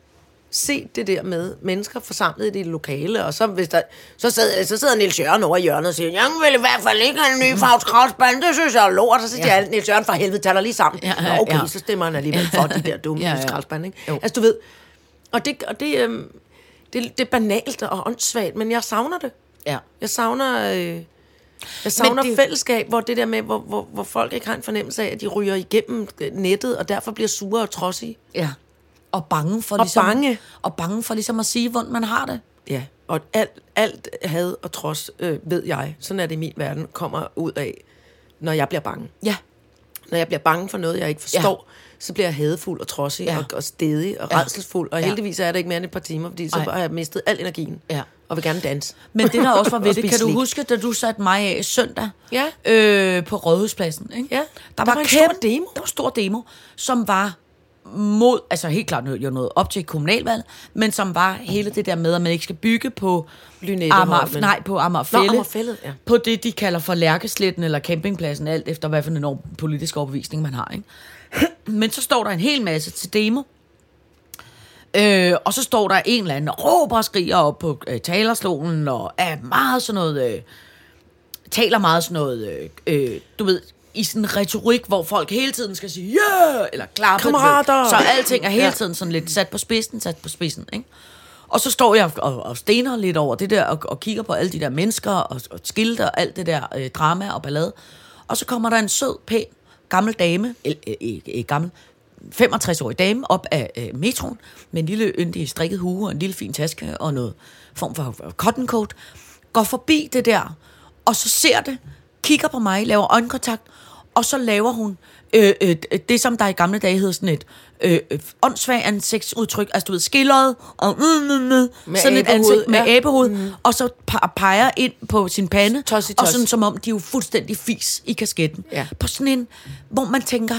set det der med mennesker forsamlet i det lokale, og så, hvis der, så, sidder, så sidder Niels Jørgen over i hjørnet og siger, jeg vil i hvert fald ikke have en ny farveskraldspand, det synes jeg er lort, og så siger ja. Niels Jørgen, for helvede, tager dig lige sammen. Ja, ja, okay, ja. Så stemmer han alligevel for de der dumme ja, ja. skraldspand, ikke? Jo. Altså, du ved, og det, og det, øhm, det, det er banalt og åndssvagt, men jeg savner det.
Ja.
Jeg savner... Øh, Jeg savner
det...
fællesskab, hvor det der med, hvor, hvor, hvor folk ikke har en fornemmelse af, at de ryger igennem nettet, og derfor bliver sure og trodsige.
Ja. Og bange for
og
ligesom,
bange.
Og bange for ligesom at sige, hvordan man har det.
Ja, og alt, alt had og trods, øh, ved jeg, sådan er det i min verden, kommer ud af, når jeg bliver bange.
Ja.
Når jeg bliver bange for noget, jeg ikke forstår, ja. så bliver jeg hadefuld og trodsig ja. og, og stedig og ja. rædselsfuld. Og ja. heldigvis er det ikke mere end et par timer, fordi så Ej. har jeg mistet al energien ja. og vil gerne danse.
Men det der også var ved det, kan du huske, da du satte mig af søndag
ja.
øh, på Rådhuspladsen? Ikke?
Ja.
Der,
der
var,
var en
kæmpe,
stor demo.
Der var en stor demo, som var mod, altså helt klart jo noget op til et kommunalvalg, men som var hele det der med, at man ikke skal bygge på Amager, nej, på Amagerfælle,
Nå, Amagerfælle ja.
på det, de kalder for Lærkesletten eller campingpladsen, alt efter hvad for en enorm politisk overbevisning man har. Ikke? Men så står der en hel masse til demo, øh, og så står der en eller anden råber og skriger op på øh, talerstolen, og er meget sådan noget, øh, taler meget sådan noget, øh, øh, du ved, i sådan en retorik, hvor folk hele tiden skal sige, ja, yeah! eller klappe.
Kammerater!
Så alting er hele tiden sådan lidt sat på spidsen, sat på spidsen, ikke? Og så står jeg og, og stener lidt over det der, og, og kigger på alle de der mennesker, og, og skilte, og alt det der øh, drama og ballade. Og så kommer der en sød, pæn, gammel dame, øh, øh, øh, gammel, femogtres-årig dame, op af øh, metroen, med en lille yndig strikket hue, og en lille fin taske, og noget form for cotton coat, går forbi det der, og så ser det, kigger på mig, laver øjenkontakt, og så laver hun øh, øh, det, som der i gamle dage hed sådan et øh, øh, åndssvagt ansigtsudtryk, altså du ved, skilleret, og mm, mm, mm,
med
sådan et ansigt med
ja.
abehoved, mm. og så peger ind på sin pande,
tossi,
og sådan som om de er jo fuldstændig fis i kasketten.
Ja.
På sådan en, hvor man tænker,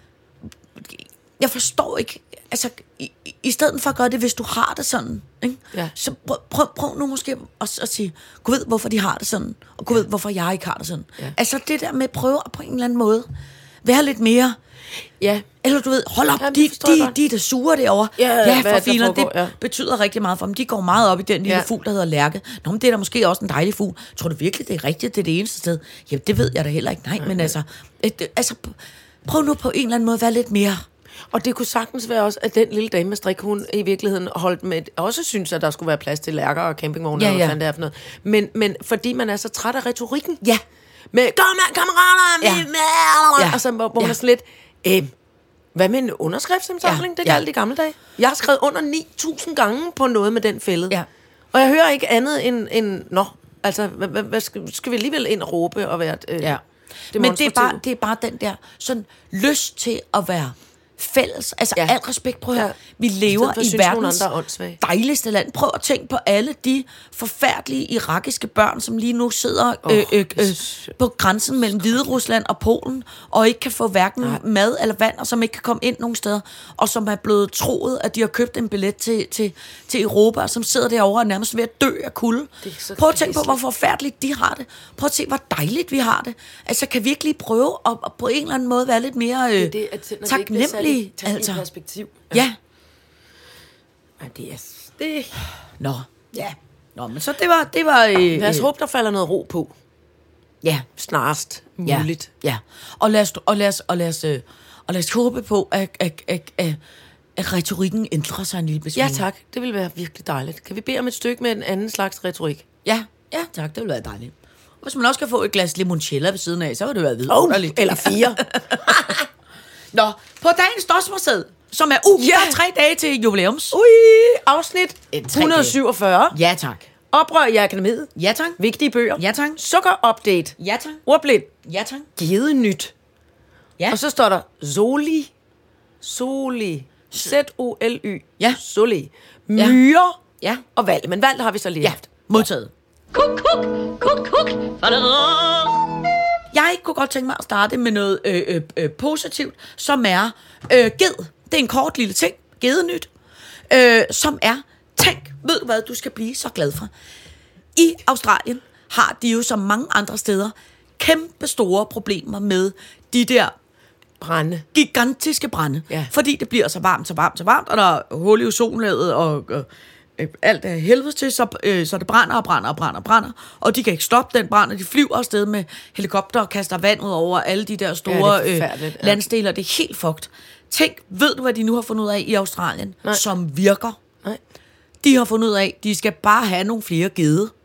jeg forstår ikke, altså i, i stedet for at gøre det, hvis du har det sådan, ikke?
Ja.
Så prøv, prøv, prøv nu måske at, at sige, Gud ved, hvorfor de har det sådan, og Gud ja. ved, hvorfor jeg ikke har det sådan. Ja. Altså det der med at prøve at på en eller anden måde være lidt mere,
ja.
eller du ved, hold op,
Jamen,
de, de, de er der sure derovre.
Ja,
ja
for
filen, det
ja.
betyder rigtig meget for dem. De går meget op i den lille ja. fugl, der hedder lærke. Nå, men det er der måske også en dejlig fugl. Tror du virkelig, det er rigtigt, det er det eneste sted? Jamen, det ved jeg da heller ikke. Nej, Nej. men altså, et, altså, prøv nu på en eller anden måde at være lidt mere.
Og det kunne sagtens være også, at den lille dame med strik, hun i virkeligheden holdt med, også synes, at der skulle være plads til lærker og campingvogne, ja, ja. og hvad det er for noget. Men, men fordi man er så træt af retorikken.
Ja.
Med, kom her, kammerater,
ja.
vi med,
ja.
og så, hvor, hvor
ja.
man sådan lidt, øh, hvad med en underskriftsindsamling? Ja. Det galt ja. i gamle dage. Jeg har skrevet under ni tusind gange på noget med den fælde.
Ja.
Og jeg hører ikke andet end, end nå, altså, hvad, hvad, hvad skal, skal vi alligevel ind og råbe og være øh,
ja. Men det er, bare, det er bare den der sådan lyst til at være fælles. Altså ja. al respekt, prøv at høre. Ja. Vi lever i verdens dejligste land. Prøv at tænke på alle de forfærdelige irakiske børn, som lige nu sidder oh, øh, øh, øh, på grænsen mellem Hviderusland og Polen, og ikke kan få hverken Nej. mad eller vand, og som ikke kan komme ind nogen steder, og som er blevet troet, at de har købt en billet til, til, til Europa, og som sidder derovre og nærmest ved at dø af kulde. Prøv at tænke på, hvor forfærdeligt de har det. Prøv at se, hvor dejligt vi har det. Altså, kan vi ikke lige prøve at, at på en eller anden måde være lidt mere øh, det, det, taknemmelig? Altså,
perspektiv.
Ja.
ja. Det er... Det...
Nå. Ja. Nå, men så det var... Det var øh,
lad os øh, håbe, der falder noget ro på.
Ja.
Snarest muligt.
Ja. ja. Og lad os, og lad os, og lad os, øh, og lad os håbe på, at, at, at, at, at retorikken ændrer sig en lille smule.
Ja, tak. Det vil være virkelig dejligt. Kan vi bede om et stykke med en anden slags retorik?
Ja. Ja, tak. Det vil være dejligt. Og hvis man også kan få et glas limoncello ved siden af, så vil det være vidunderligt.
Oh, eller fire.
Nå, på dagens dosmersæd, som er uh, yeah. der er tre dage til jubilæums.
Ui, afsnit et hundrede og syvogfyrre.
Ja, tak.
Oprør i akademiet.
Ja, tak.
Vigtige bøger.
Ja, tak.
Sukker-update.
Ja, tak.
Ordblind.
Ja, tak.
Gede nyt.
Ja.
Og så står der Zoli. Zoli. Z-O-L-Y.
Ja.
Zoli. Myre.
Ja.
Og valg. Men valg har vi så lige
ja.
haft.
Modtaget.
Kuk, kuk, kuk, kuk.
Jeg kunne godt tænke mig at starte med noget øh, øh, øh, positivt, som er øh, ged. Det er en kort lille ting, gedenyt, øh, som er, tænk, ved du hvad, du skal blive så glad for. I Australien har de jo som mange andre steder kæmpe store problemer med de der
brænde.
Gigantiske brænde.
Ja.
Fordi det bliver så varmt, så varmt, så varmt, og der er hul i ozonlaget, og... og alt er helvede til, så, øh, så det brænder og brænder og brænder og brænder, og de kan ikke stoppe den brand, og de flyver afsted med helikopter og kaster vand ud over alle de der store ja, øh, landsdele, og det er helt fucked. Tænk, ved du, hvad de nu har fundet ud af i Australien,
Nej.
som virker?
Nej.
De har fundet ud af, de skal bare have nogle flere gede.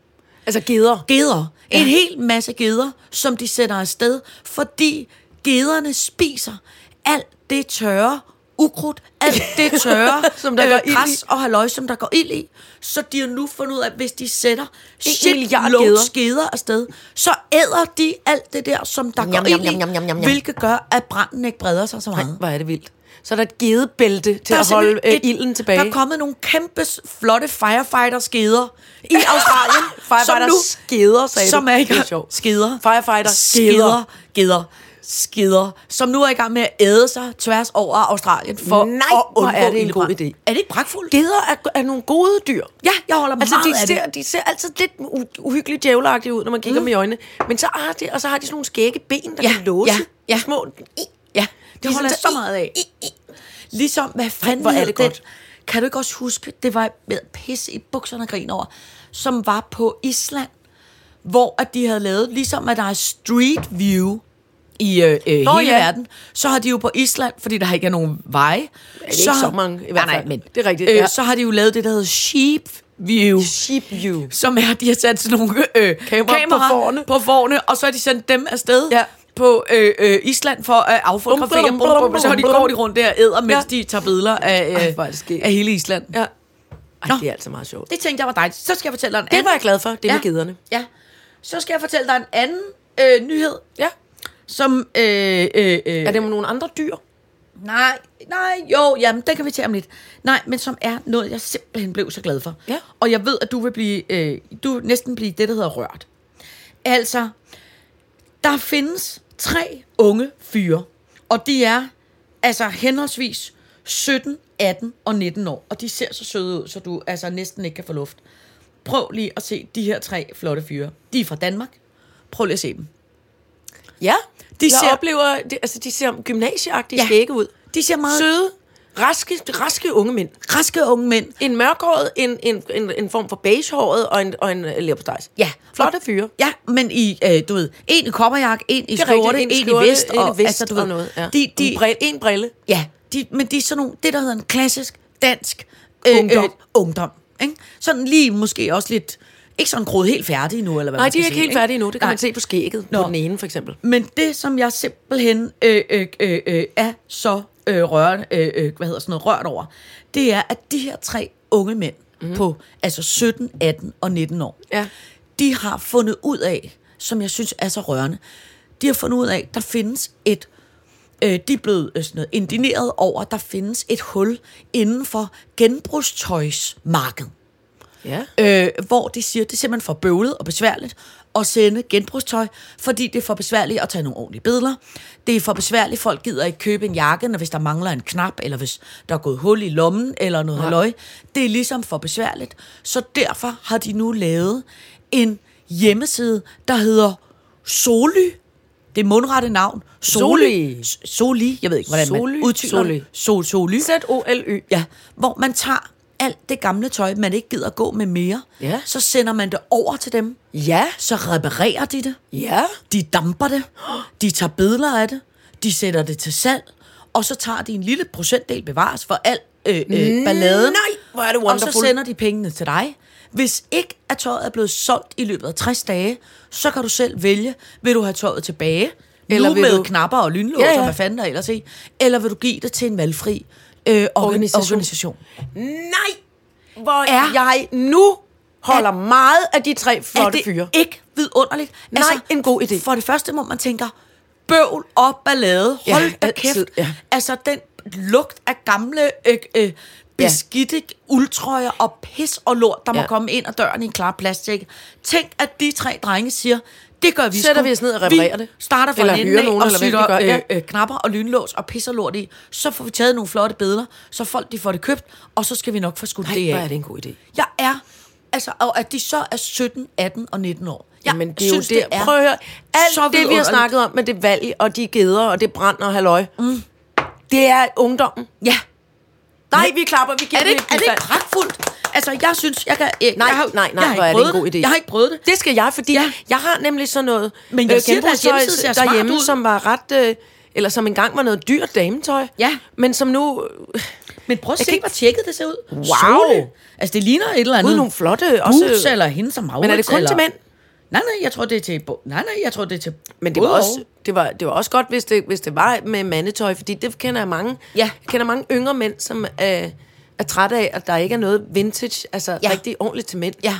Altså geder.
Geder.
Ja.
En hel masse geder, som de sætter afsted, fordi gederne spiser alt det tørre ukrudt, alt det tørre,
som der går ild i.
græs og halløj, som der går ild i. Så de har nu fundet ud af, at hvis de sætter
milliard
shitloads geder afsted, så æder de alt det der, som der
Njam,
går
njam,
ild i,
njam, njam, njam, njam.
hvilket gør, at branden ikke breder sig så
Nej,
meget.
hvor er det vildt. Så er der et gedebælte til
Der er
at holde
simpelthen
øh,
et-
ilden tilbage.
Der er kommet nogle kæmpe, flotte firefighters geder i Australien,
Firefighters skeder, sagde
som
du.
er i
Det er
gang.
sjovt.
Skeder.
Firefighter
skeder. Geder. Skeder. Som nu er i gang med at æde sig tværs over Australien for
Nej,
at
hvor
undgå
er det en
ildebrand.
god idé.
Er det ikke pragtfuldt?
Geder er, er nogle gode dyr.
Ja, jeg holder
Altså,
meget
de
af
ser,
det.
de ser altid lidt u- uhyggeligt djævleagtige ud, når man kigger mm. dem i øjnene. Men så har de, og så har de sådan nogle skægge ben, der
Ja,
kan låse.
ja, ja.
Små.
Ja, det
De er
holder jeg
sådan
så meget af. Ligesom, hvad fanden
hvor er
hed
det
den?
godt.
Kan du ikke også huske, det var med pisse i bukserne og grin over, som var på Island, hvor at de havde lavet, ligesom at der er Street View i øh, øh,
Nå,
hele
ja.
verden, så har de jo på Island, fordi der ikke er nogen veje.
Det er ikke så mange, i hvert
nej,
fald.
nej, men
Det er rigtigt,
Øh,
ja.
Så har de jo lavet det, der hedder Sheep View.
Sheep view.
Som er, de har sat sådan nogle øh,
Kameraer på fårene.
på fårene, og så har de sendt dem afsted
Ja.
på øh, øh, Island for at affotografere.
Blum, blum, blum, blum,
Så har de
blum.
går de rundt der og æder, mens
Ja.
de tager billeder af,
Ej,
øh,
hvor er det skægt.
af hele Island.
Ja. Ej,
Nå.
det er altså meget sjovt.
Det tænkte jeg var dejligt. Så skal jeg fortælle dig en
Det
anden.
var jeg glad for, det
ja.
med gederne.
Ja. Så skal jeg fortælle dig en anden øh, nyhed,
Ja.
som... Øh, øh, øh,
Er det med nogle andre dyr?
Nej, nej, jo, jamen, den kan vi tage om lidt. Nej, men som er noget, jeg simpelthen blev så glad for.
Ja.
Og jeg ved, at du vil blive, øh, du vil næsten blive det, der hedder rørt. Altså, der findes tre unge fyre, og de er altså henholdsvis sytten, atten og nitten år, og de ser så søde ud, så du altså næsten ikke kan få luft. Prøv lige at se de her tre flotte fyre. De er fra Danmark. Prøv lige at se dem.
Ja.
De
De jeg
ser-
oplever, de, altså de ser gymnasieagtige
Ja.
ja. skægge ud.
De ser meget
Søde, raske, raske unge mænd.
raske unge mænd.
En mørkhåret, en, en, en, en form for beigehåret og en, og en leverpostejs.
Ja.
Flotte fyre.
Ja, men i, øh, du ved, en i kopperjakke, en i
Det er
skjorte,
rigtigt,
en, en i vest,
en
og,
i vest
altså, du
og
ved,
noget. Ja.
De, de,
en, brille, en brille.
ja, de, men de er sådan nogle, det der hedder en klassisk dansk øh,
Ungdom.
Øh, ungdom ikke? Sådan lige måske også lidt, ikke sådan groet helt færdige nu, eller hvad
Nej,
man
de er
skal
ikke
sige,
helt færdige endnu. Det kan
Nej.
man se på skægget
Nå.
på den ene, for eksempel.
Men det, som jeg simpelthen øh, øh, øh, øh, er så øh, rørt, øh, øh, hvad hedder sådan noget, rørt over, det er, at de her tre unge mænd mm. på altså sytten, atten og nitten år,
Ja.
de har fundet ud af, som jeg synes er så rørende, de har fundet ud af, at der findes et, øh, de er blevet øh, sådan noget, indigneret over, at der findes et hul inden for genbrugstøjsmarkedet.
Ja.
Øh, hvor de siger, at det er simpelthen for bøvlet og besværligt at sende genbrugstøj, fordi det er for besværligt at tage nogle ordentlige billeder. Det er for besværligt, folk gider ikke købe en jakke, når hvis der mangler en knap, eller hvis der er gået hul i lommen, eller noget halløj. Det er ligesom for besværligt. Så derfor har de nu lavet en hjemmeside, der hedder Soli. Det er mundrette navn.
Soli.
Soli. Jeg ved ikke, hvordan
Soli.
man udtyder
Soli.
det. Sol, Soli.
Z O L Y.
Ja, hvor man tager alt det gamle tøj, man ikke gider gå med mere,
Ja.
så sender man det over til dem.
Ja.
Så reparerer de det.
Ja.
De damper det. De tager billeder af det. De sætter det til salg. Og så tager de en lille procentdel bevares for al øh, øh, balladen.
Nej, hvor er det
Og
wonderful.
så sender de pengene til dig. Hvis ikke at tøjet er blevet solgt i løbet af tres dage, så kan du selv vælge, vil du have tøjet tilbage,
Eller
nu
vil
med
du-
knapper og lynlås,
Ja, ja.
og hvad fanden der ellers i, eller vil du give det til en valgfri øh, organ-
Organisation.
organisation.
Nej, hvor
Er-
er jeg nu holder meget af de tre
Er
flotte
det
fyre.
ikke vidunderligt? Altså,
Nej, en god idé.
For det første må man tænke, bøvl og ballade, hold
Ja,
da
altid,
kæft.
ja.
Altså, den lugt af gamle øh, øh, beskidte uldtrøjer og pis og lort, der må
Ja.
komme ind ad døren i en klar plastik. Tænk, at de tre drenge siger, det gør vi
Sætter
sgu.
vi os ned og reparerer det.
starter fra
Eller
en
hyrer
ende af
nogen,
og
eller hvad
sytter
vi gør,
øh,
ja.
øh, knapper og lynlås og pisser lort i. Så får vi taget nogle flotte billeder, så folk de får det købt, og så skal vi nok få skudt
Nej,
det
hvor
af.
er det en god idé.
Jeg er, altså, og at de så er sytten, atten og nitten år. Jeg
Jamen, det er
synes,
jo det.
det er
Prøv at høre. Alt
så
det, vi har
vidunderligt.
snakket om med det valg, og de geder, og det brand og halløj, mm. det er ungdommen.
Ja.
Nej, vi klapper, vi giver
Er det,
dem
ikke, er
et
det ikke
bifald.
pragtfuldt? Altså, jeg synes, jeg kan... Jeg,
Nej,
jeg har,
nej, nej,
jeg har
hvor er
ikke
det en
prøvet
god idé.
Jeg har ikke prøvet det.
Det skal jeg, fordi
Ja.
ja. jeg har nemlig sådan noget
Men jeg
øh,
siger, deres
genbrugstøj
hjemmeside ser smart
derhjemme,
ud.
som var ret... Øh, eller som engang var noget dyrt dametøj.
Ja.
Men som nu... Øh,
Men prøv at
Jeg
se,
kan
hvor tjekket det ser ud.
Wow.
Sole. Altså, det ligner et eller andet.
Uden nogle flotte...
Boots,
Også,
eller hende som Maurits.
men er det kun
eller...
til mænd?
Nej, nej, jeg tror, det er til... Nej, nej, jeg tror, det er til...
Men det var, også, det, var, det var også godt, hvis det, hvis det var med mandetøj, fordi det kender jeg mange.
Ja.
Jeg kender mange yngre mænd, som er, er trætte af, at der ikke er noget vintage, altså
Ja.
rigtig ordentligt til mænd.
Ja.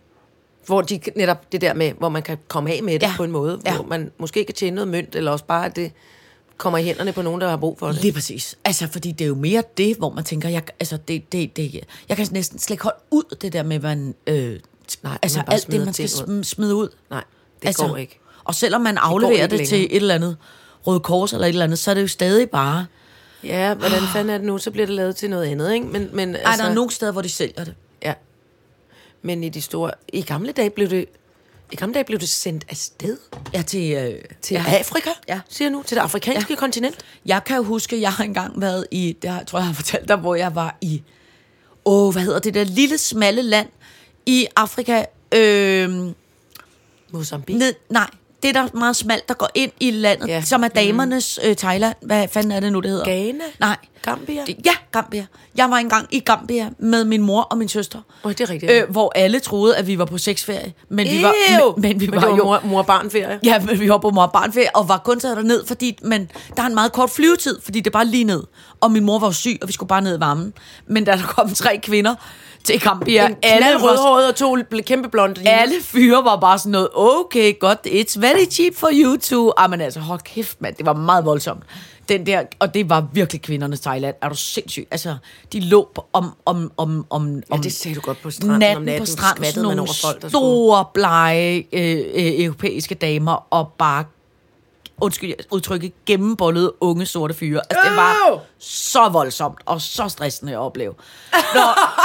Hvor de netop det der med, hvor man kan komme af med det
Ja.
på en måde,
Ja.
hvor man måske kan tjene noget mønt, eller også bare, at det kommer i hænderne på nogen, der har brug for det.
Lige præcis. Altså, fordi det er jo mere det, hvor man tænker, jeg, altså, det, det, det, jeg kan næsten slet ikke holde ud det der med, hvad man, øh,
Nej,
altså
man bare
alt det,
smider
man skal
ting ud.
sm- smide ud.
Nej, det
altså,
går ikke.
Og selvom man afleverer
ikke
det, det til
længere.
et eller andet Røde Kors eller et eller andet, så er det jo stadig bare...
Ja, hvordan fanden er det nu? Så bliver det lavet til noget andet, ikke? Men, men,
Altså, Ej, der er nogle steder, hvor de sælger det.
Ja. Men i de store... I gamle dage blev det... I gamle dage blev det sendt afsted
Ja, til... Øh,
til
ja.
Afrika,
Ja.
siger jeg nu. Til det afrikanske ja. kontinent.
Jeg kan jo huske, jeg har engang været i... Det har, jeg tror, jeg har fortalt dig, hvor jeg var i... Åh, hvad hedder det der lille, smalle land i Afrika? Øh,
Mozambique.
ned, nej, det der er meget smalt, der går ind i landet,
Ja.
ja. som er damernes øh, Thailand. Hvad fanden er det nu, det hedder?
Ghana?
Nej.
Gambia?
Det, ja, Gambia. Jeg var engang i Gambia med min mor og min søster.
Åh, det er rigtigt.
Øh, hvor alle troede, at vi var på sexferie. Men vi var,
Ew!
men, men vi
Men
var,
det var
jo...
mor, mor og barnferie.
Ja, men vi var på mor og barnferie, og var kun taget derned, fordi men der er en meget kort flyvetid, fordi det er bare lige ned. Og min mor var jo syg, og vi skulle bare ned i varmen. Men da der kom tre kvinder til Gambia,
En knald rødhåret og to kæmpe blonde.
alle fyre var bare sådan noget, okay, godt, it's very cheap for you too. Ah, men altså, hold kæft, mand, det var meget voldsomt. Den der, og det var virkelig kvindernes Thailand. Er du sindssyg? Altså, de lå på- om, om, om, om,
Ja,
om
det sagde du godt på stranden
natten
om natten.
på stranden,
Skvattede
sådan
man
nogle
over folk, der
store, blege øh, øh, europæiske damer, og bare, undskyld udtrykket, gennembollede unge sorte fyre. Altså, det var så voldsomt, og så stressende at opleve. Nå,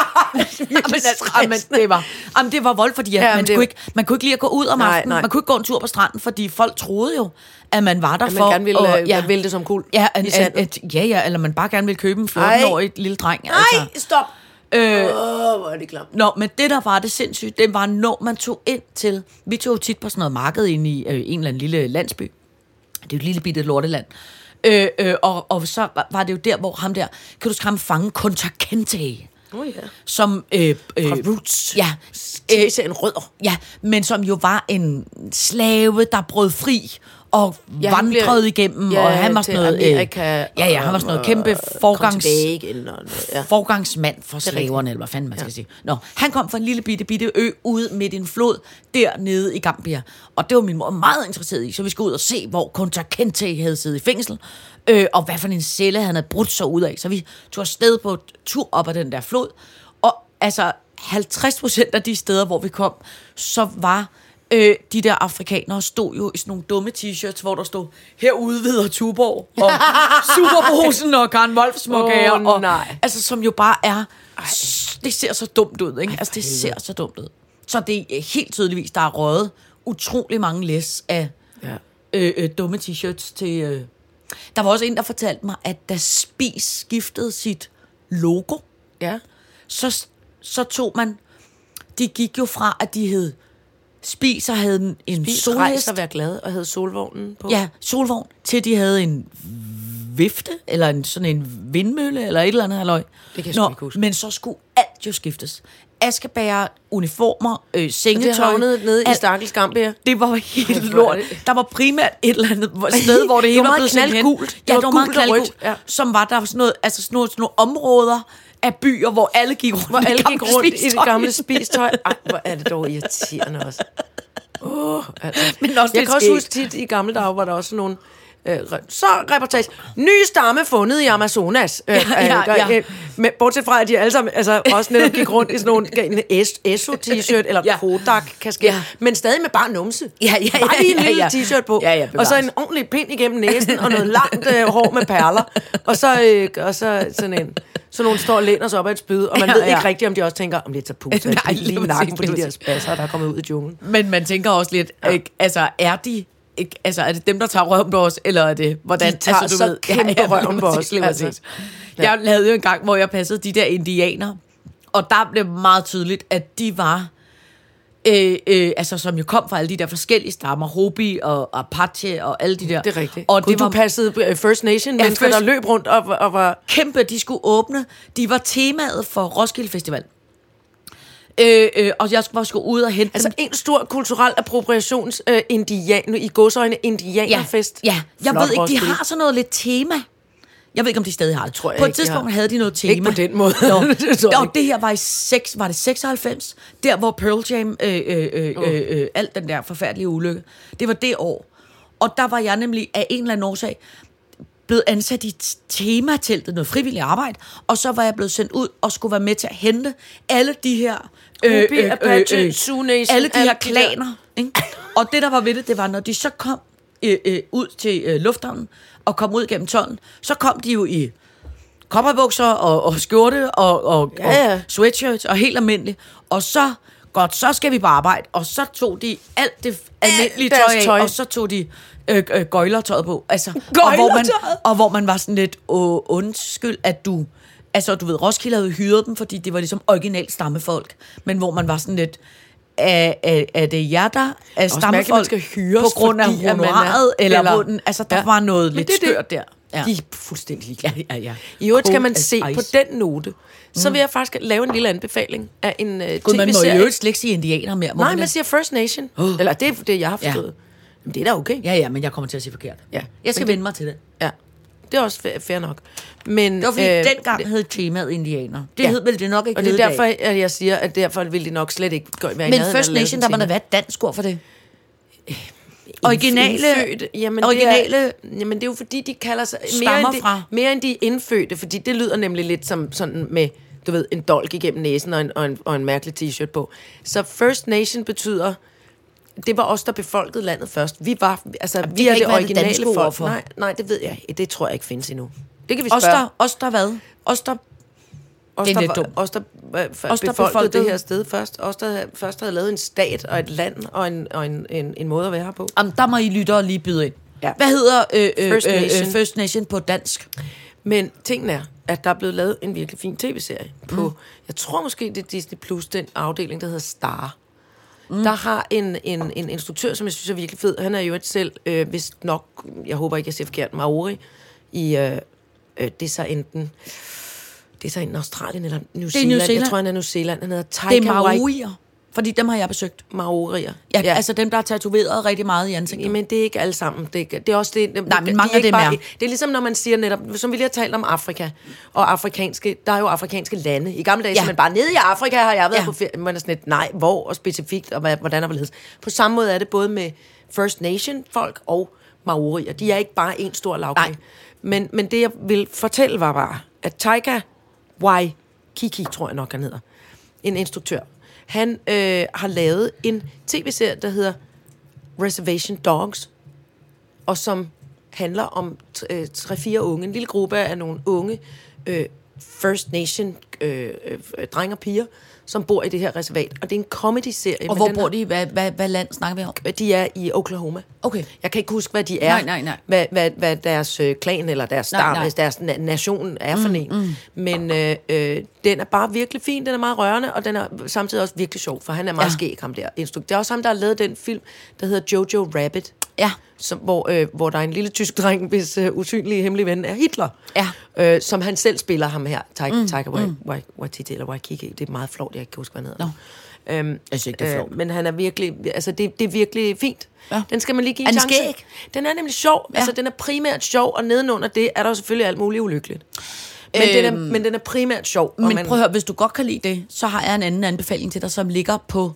jamen, altså, jamen, det var, jamen, det var vold, fordi ja,
Ja,
man,
men
skulle
det-
ikke, man kunne ikke lide at gå ud om
Nej,
aftenen.
nej.
Man kunne ikke gå en tur på stranden, fordi folk troede jo, at man var der
At
for...
man gerne ville
og,
ja. vælte det som kul
Ja,
i
at,
sandet.
at, at, ja, ja, eller man bare gerne ville købe en fjorten-årig lille dreng.
Nej,
Altså.
stop!
Øh,
Åh, hvor er det klamt.
Nå, men det, der var det sindssygt, det var, når man tog ind til... Vi tog jo tit på sådan noget marked ind i øh, en eller anden lille landsby. Det er jo et lille bitte lorteland. Øh, øh, og, og så var, var det jo der, hvor ham der... Kan du skræmme fange Kunta Kinte?
Åh, ja.
Som... Øh, øh,
Fra Roots.
Ja.
Øh, en rødder.
Ja, men som jo var en slave, der brød fri og
Ja,
ja,
han
vandrede
bliver-
igennem,
ja,
og han var
til
sådan noget...
Amerika,
ja, ja, han var sådan noget
og-
kæmpe
Kom
forgangs,
tilbage igen. Og noget, ja.
forgangsmand for
rigtigt.
slaverne, eller hvad fanden man skal ja. sige. Nå, han kom fra en lille bitte, bitte ø ude midt i en flod, dernede i Gambia. Og det var min mor meget interesseret i, så vi skulle ud og se, hvor Kunta Kinte havde siddet i fængsel, øh, og hvad for en celle han havde brudt sig ud af. Så vi tog afsted på tur op ad den der flod, og altså halvtreds procent af de steder, hvor vi kom, så var øh, de der afrikanere stod jo i sådan nogle dumme t-shirts, hvor der stod, herude ved Tuborg, og Superbrusen og Karen Wolf småkager,
Åh,
og
nej.
altså som jo bare er, det ser så dumt ud, ikke? Altså det ser så dumt ud. Så det er helt tydeligvis, der er røget utrolig mange læs af
Ja.
øh, øh, dumme t-shirts til... Øh. Der var også en, der fortalte mig, at da Spis skiftede sit logo,
Ja.
så, så tog man... De gik jo fra, at de hed Spis og havde en, en
Spis,
solhest.
rejs og vær glad, og havde solvognen på.
Ja, solvogn. Til de havde en vifte, eller en, sådan en vindmølle, eller et eller andet halløj.
Det kan jeg sgu ikke huske.
Men så skulle alt jo skiftes. Askebæger, uniformer, øh,
Det
sengetøj.
havnede nede i
alt.
Stakkels Gambia.
Det var helt
Hvor er
lort.
det-
Der var primært et eller andet sted, hvor det
Det
hele
var
var
meget
blevet sendt hen.
knaldgult. Det
Ja,
var
det var meget
gult og rødt,
knaldgult.
ja.
Som var der sådan noget, altså sådan nogle, sådan nogle områder af byer, hvor alle gik rundt,
Hvor
i
alle gik
gamle
rundt i det
spistøj.
gamle spistøj. Ej, hvor er det dog irriterende også. Oh, altså.
Men også
jeg
lidt
kan også
skægt.
huske tit i gamle dage, var der også nogle... Øh, re- så reportage. Ny stamme fundet i Amazonas. Øh,
Ja, ja,
øh,
ja.
øh, med, bortset fra, at de alle sammen altså, også netop gik rundt i sådan nogle en Es- Esso-t-shirt eller
Ja.
Kodak-kasket,
Ja.
men stadig med bare numse.
Ja, ja, ja,
bare lige en
ja,
lille
ja.
t-shirt på.
Ja, ja,
og så
bevares.
en ordentlig pind igennem næsen og noget langt øh, hår med perler. Og så, øh, og så sådan en... Så nogen står og læner sig op af et spyd, og man
Ja,
ved ikke
ja.
rigtigt, om de også tænker, om lidt så puster
Nej,
lige i
lige
nakken
præcis,
på de
lige
der
præcis.
spasser, der er kommet ud i junglen.
Men man tænker også lidt, ja. ikke, altså er de... Ikke, altså, er det dem, der tager røven på os, eller er det, hvordan...
De tager
altså,
så kæmpe røven på os,
Lige
altså.
præcis. Jeg lavede jo en gang, hvor jeg passede de der indianer, og der blev meget tydeligt, at de var... Øh, øh, altså, som jo kom fra alle de der forskellige stammer, Hopi og Apache og alle de der.
Det er rigtigt.
Og
Gud,
det var,
du passede First Nation,
ja,
mennesker,
first,
der løb rundt og, og var...
Kæmpe, de skulle åbne. De var temaet for Roskilde Festival. Øh, øh, og jeg var sgu ud og hente
Altså
dem.
en stor kulturel appropriations øh, indian, i godsøjne indianerfest.
Ja, ja. Jeg
Flot
ved ikke, de
Roskilde.
har sådan noget lidt tema. Jeg ved ikke, om de stadig har det.
Tror jeg
på et
ikke,
tidspunkt
de
havde de noget tema.
Ikke på den måde.
Nå,
Det tror jeg
og
ikke.
det her var i seks, var det seksoghalvfems, der hvor Pearl Jam, øh, øh, øh, øh, øh, alt den der forfærdelige ulykke, det var det år. Og der var jeg nemlig af en eller anden årsag blevet ansat i temateltet, noget frivilligt arbejde, og så var jeg blevet sendt ud og skulle være med til at hente alle de her øh,
Hopi, Apache, Sioux Nation,
alle de her
alle de der-
klaner. Ikke? Og det, der var ved det, det var, når de så kom øh, øh, ud til øh, lufthavnen og kom ud gennem tolden, så kom de jo i kopperbukser og, og skjorte og, og,
Ja, ja.
og sweatshirts og helt almindeligt. Og så, godt, så skal vi på arbejde. Og så tog de alt det almindelige
deres
tøj af,
tøj.
og så tog de øh, øh, gøjlertøjet på. Altså, og, hvor man,
Gøjlertøjet?
og hvor man var sådan lidt, åh, undskyld, at du... Altså, du ved, Roskilde havde hyret dem, fordi det var ligesom originalt stammefolk. Men hvor man var sådan lidt... Er, er, er det jer, der er
mærkeligt,
stammefolk
man skal hyres,
på grund af
fordi, at man er-
honoraret? Eller,
eller-
eller den, altså, der
Ja.
var noget
Men
lidt
det er det.
skørt der. Ja.
De er fuldstændig ligeglade.
Ja, ja, ja.
I øvrigt skal
Cold
man
as
se
ice.
på den note, så vil jeg faktisk lave en lille anbefaling af en uh,
Gud, man må jo
tv-serie.
øvrigt slet ikke sige indianer mere. Må
Nej,
man
man
det?
siger First Nation. Uh. Eller det er det, jeg har
Ja.
forstået. Men det er da okay.
Ja, ja, men jeg kommer til at sige forkert.
Ja.
Jeg skal
Men det-
vende mig til det.
Ja. Det er også fair, fair nok. Men,
Det var fordi,
øh,
øh, dengang hed temaet indianer. Det
Ja.
hed vel det nok ikke
og det er
hedde i
derfor,
dag.
at jeg siger, at derfor vil det nok slet ikke gå være i
Men
nærheden af
First
at lave
Nation,
sådan
der må
en
der
ting.
være et dansk ord for det. Originale,
Indfødte. Jamen,
originale
det er, jamen, det er jo fordi, de kalder sig mere
stammer
end, de,
fra.
mere end de indfødte, fordi det lyder nemlig lidt som sådan med, du ved, en dolk igennem næsen og en, og en, og en mærkelig t-shirt på. Så First Nation betyder, det var os, der befolkede landet først. Vi var, altså,
Jamen, det
vi
kan
er
ikke
det
være det
originale
danske ord
folk.
for.
Nej, nej, det ved jeg ikke. Det tror jeg ikke findes endnu. Det kan vi
Os
spørge.
der, os der hvad? Os der...
Os,
Det er
der,
lidt
var-
dumt.
os, der, øh, f-
Os, der
befolkede
befolkede.
det her sted først. Os, der først havde lavet en stat og et land og en, og en, en, en måde at være her på.
Jamen, der må I lyttere lige byde ind.
Ja.
Hvad hedder øh, øh,
First
øh,
Nation.
øh, First Nation på dansk?
Men tingen er, at der er blevet lavet en virkelig fin tv-serie på, mm. jeg tror måske det er Disney Plus, den afdeling, der hedder Star. Mm. Der har en, en, en instruktør, som jeg synes er virkelig fed. Han er jo et selv, øh, vist nok, jeg håber ikke, jeg siger forkert, Maori, i, øh, øh, det er så enten, det er så enten Australien eller New Zealand.
New Zealand.
Jeg tror, han er New Zealand. Han hedder
Det
Taika
er
Waititi.
Maorier. Fordi dem har jeg besøgt.
Maorier.
Ja, ja, altså dem, der har tatoveret rigtig meget i ansigtet.
Men det er ikke alle sammen. Det er, ikke- det er også det.
Nej, men mange
de
af
ikke
dem
bare,
er.
Det er ligesom, når man siger netop, som vi lige har talt om Afrika, og afrikanske, der er jo afrikanske lande. I gamle dage,
Ja.
ja. man bare, nede i Afrika har jeg været
Ja.
ja. på ferie. Man er sådan lidt, nej, hvor og specifikt, og hvad, hvordan og hvorledes. På samme måde er det både med First Nation folk og Maorier. De er ikke bare en stor lavkage.
Nej.
Men, men det, jeg vil fortælle, var bare, at Taika Waititi, tror jeg nok, han hedder, en instruktør, han øh, har lavet en tv-serie, der hedder Reservation Dogs, og som handler om øh, tre-fire unge, en lille gruppe af nogle unge øh, First Nation øh, øh, drenge og piger, som bor i det her reservat. Og det er en comedy-serie.
Og
men
hvor
den
bor
har-
de? Hvad, hvad, hvad land snakker vi om?
De er i Oklahoma.
Okay.
Jeg kan ikke huske, hvad de er.
Nej, nej, nej.
Hvad, hvad, hvad deres øh, klan eller deres,
Nej,
star,
nej.
deres na- nation er for mm, en. Mm. Men øh, øh, den er bare virkelig fin, den er meget rørende, og den er samtidig også virkelig sjov, for han er meget
Ja.
ja. skæg, ham der instruktør. Det er også ham, der har lavet den film, der hedder Jojo Rabbit.
Ja.
Som, hvor, øh, hvor der er en lille tysk dreng, hvis øh, usynlige hemmelige ven er Hitler.
Ja.
Øh, som han selv spiller ham her, Taika
Mm,
Taika
mm.
Waititi eller Waikiki. Det er meget flot, jeg ikke kan huske, hvad han hedder.
Nå.
Øhm,
Jeg synes ikke, det er flot.
Øh, men han er virkelig, altså det, det er virkelig fint.
Ja.
Den skal man lige give
Er
en
den
chance.
skæg?
Den er nemlig sjov.
Ja.
Ja. Altså den er primært sjov, og nedenunder det er der jo selvfølgelig alt muligt ulykkeligt. Men, øhm, den, er, men den er primært sjov. og
Men
man,
prøv at høre, hvis du godt kan lide det, så har jeg en anden anbefaling til dig, som ligger på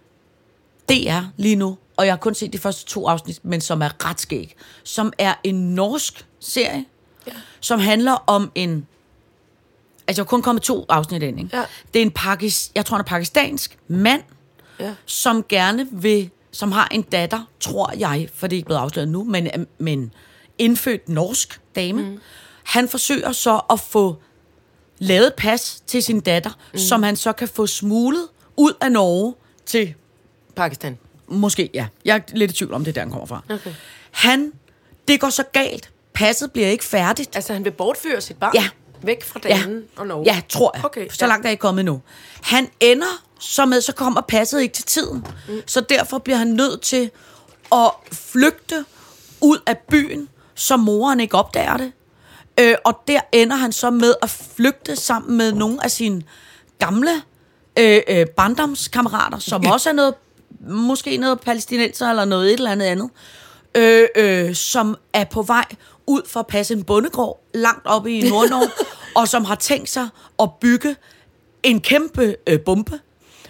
D R lige nu. Og jeg har kun set de første to afsnit, men som er ret skæg. Som er en norsk serie, ja. som handler om en... Altså, jeg har kun kommet to afsnit ind, ikke?
Ja.
Det er en pakis, jeg tror, han er pakistansk mand,
Ja.
som gerne vil... Som har en datter, tror jeg, for det er ikke blevet afsløret nu, men, men indfødt norsk dame. Mm. Han forsøger så at få lavet et pas til sin datter, mm. som han så kan få smuglet ud af Norge til...
Pakistan.
Måske, ja. Jeg er lidt i tvivl om, det er der, han kommer fra.
Okay.
Han... Det går så galt. Passet bliver ikke færdigt.
Altså han vil bortføre sit barn?
Ja.
væk fra Danen
ja.
og Norge?
Ja, tror jeg.
Okay,
så
ja.
langt er jeg kommet nu. Han ender så med, så kommer passet ikke til tiden. Mm. Så derfor bliver han nødt til at flygte ud af byen, så moren ikke opdager det. Øh, og der ender han så med at flygte sammen med nogle af sine gamle øh, øh, barndomskammerater, som også er noget, måske noget palæstinenser eller noget et eller andet andet, øh, øh, som er på vej ud for at passe en bondegård langt oppe i Nord-Norge, og som har tænkt sig at bygge en kæmpe øh, bombe.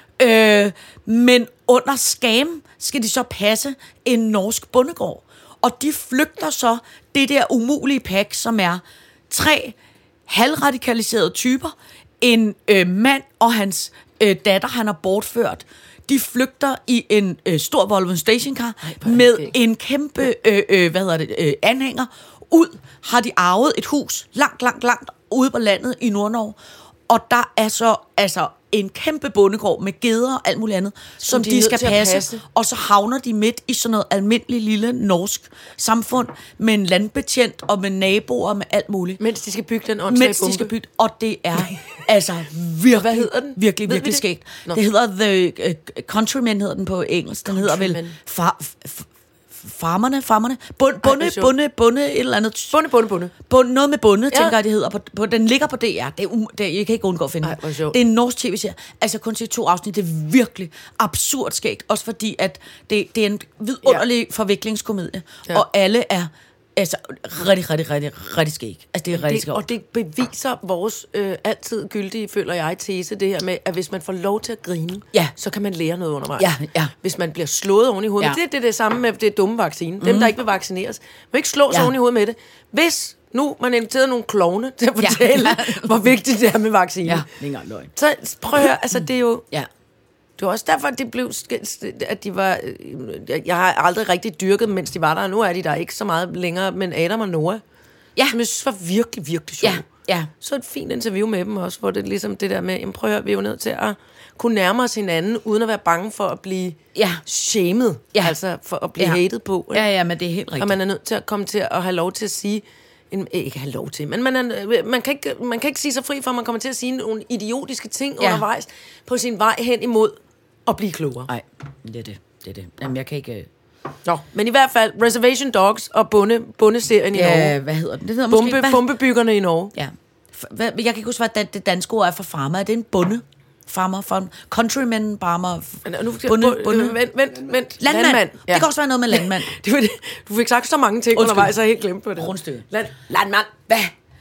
Øh, men under skam skal de så passe en norsk bondegård. Og de flygter så det der umulige pack, som er tre halvradikaliserede typer, en øh, mand og hans øh, datter, han har bortført. De flygter i en øh, stor Volvo stationcar Ej, med okay. en kæmpe øh, øh, hvad hedder det, øh, anhænger. Ud har de arvet et hus langt, langt, langt ude på landet i Nord-Norge. Og der er så altså en kæmpe bondegård med geder og alt muligt andet, som, som de, de skal passe, passe. Og så havner de midt i sådan noget almindeligt lille norsk samfund med en landbetjent og med naboer og med alt muligt.
Mens de skal bygge den åndssvage
Mens
bombe.
de skal bygge, og det er altså virkelig,
hvad hedder den?
virkelig, Ved virkelig skægt. Det? det hedder The uh, Countrymen, hedder den på engelsk. Den hedder vel far, f- Farmerne, farmerne. Bund, bunde, Ej, bunde, bunde, et eller andet.
Bunde, bunde, bunde.
Bunde noget med bunde, ja. tænker jeg, det hedder. På, på, den ligger på D R. Det er, um, det er, jeg kan ikke undgå at finde
Ej,
det. Det er en norsk tv-serie. Altså kun til to afsnit. Det er virkelig absurd skægt. Også fordi, at det, det er en vidunderlig ja. forviklingskomedie. Ja. Og alle er altså rigtig, rigtig, rigtig, rigtig skæg. Altså det er rigtig skægt.
Og det beviser vores øh, altid gyldige, føler jeg, tese, det her med, at hvis man får lov til at grine,
ja.
så kan man lære noget undervejs.
Ja, ja.
Hvis man bliver slået oven i hovedet. Ja. Det, det er det samme med det dumme vaccine. Mm. Dem, der ikke vil vaccineres, må ikke slå sig ja. oven i hovedet med det. Hvis nu man inviterer nogle klovne til at fortælle, ja. hvor vigtigt det er med vaccine.
Ja, det er ikke engang løgn.
Så prøv at høre, altså det er jo...
Ja.
Det var også derfor, at det blev, at de var... Jeg har aldrig rigtig dyrket, mens de var der, og nu er de der ikke så meget længere, men Adam og Noah, ja. som jeg synes var virkelig, virkelig sjovt.
Ja. Ja.
Så et fint interview med dem også, hvor det ligesom det der med, jamen prøv at høre, vi er jo nødt til at kunne nærme os hinanden, uden at være bange for at blive
ja.
shamed, ja. altså for at blive ja. hated på. Ikke?
Ja, ja, men det er helt rigtigt.
Og man er nødt til at komme til at have lov til at sige... En, ikke have lov til, men man, er, man, kan ikke, man kan ikke sige sig fri for, at man kommer til at sige nogle idiotiske ting ja. undervejs på sin vej hen imod at blive klogere.
Nej, det er det. det er det. Jamen, jeg kan ikke...
Nå, men i hvert fald, Reservation Dogs og bonde, bondeserien
ja,
i Norge.
Hvad hedder den? Det hedder
Bombe,
måske... Hvad?
Bombebyggerne i Norge.
Ja. Hvad, jeg kan ikke huske, hvad det danske ord er for farmer. Er det en bonde? Farmer, farmer, countryman, farmer,
bonde, bonde. Vent, vent, vent.
Landmand. landmand. Ja. Det kan også være noget med landmand.
Du fik sagt så mange ting
Undskyld.
undervejs, så jeg helt glemt på det.
Rundstykke.
Land, landmand.
Hvad?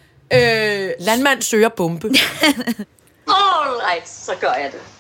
Øh, landmand søger bombe.
Alright, så gør jeg det.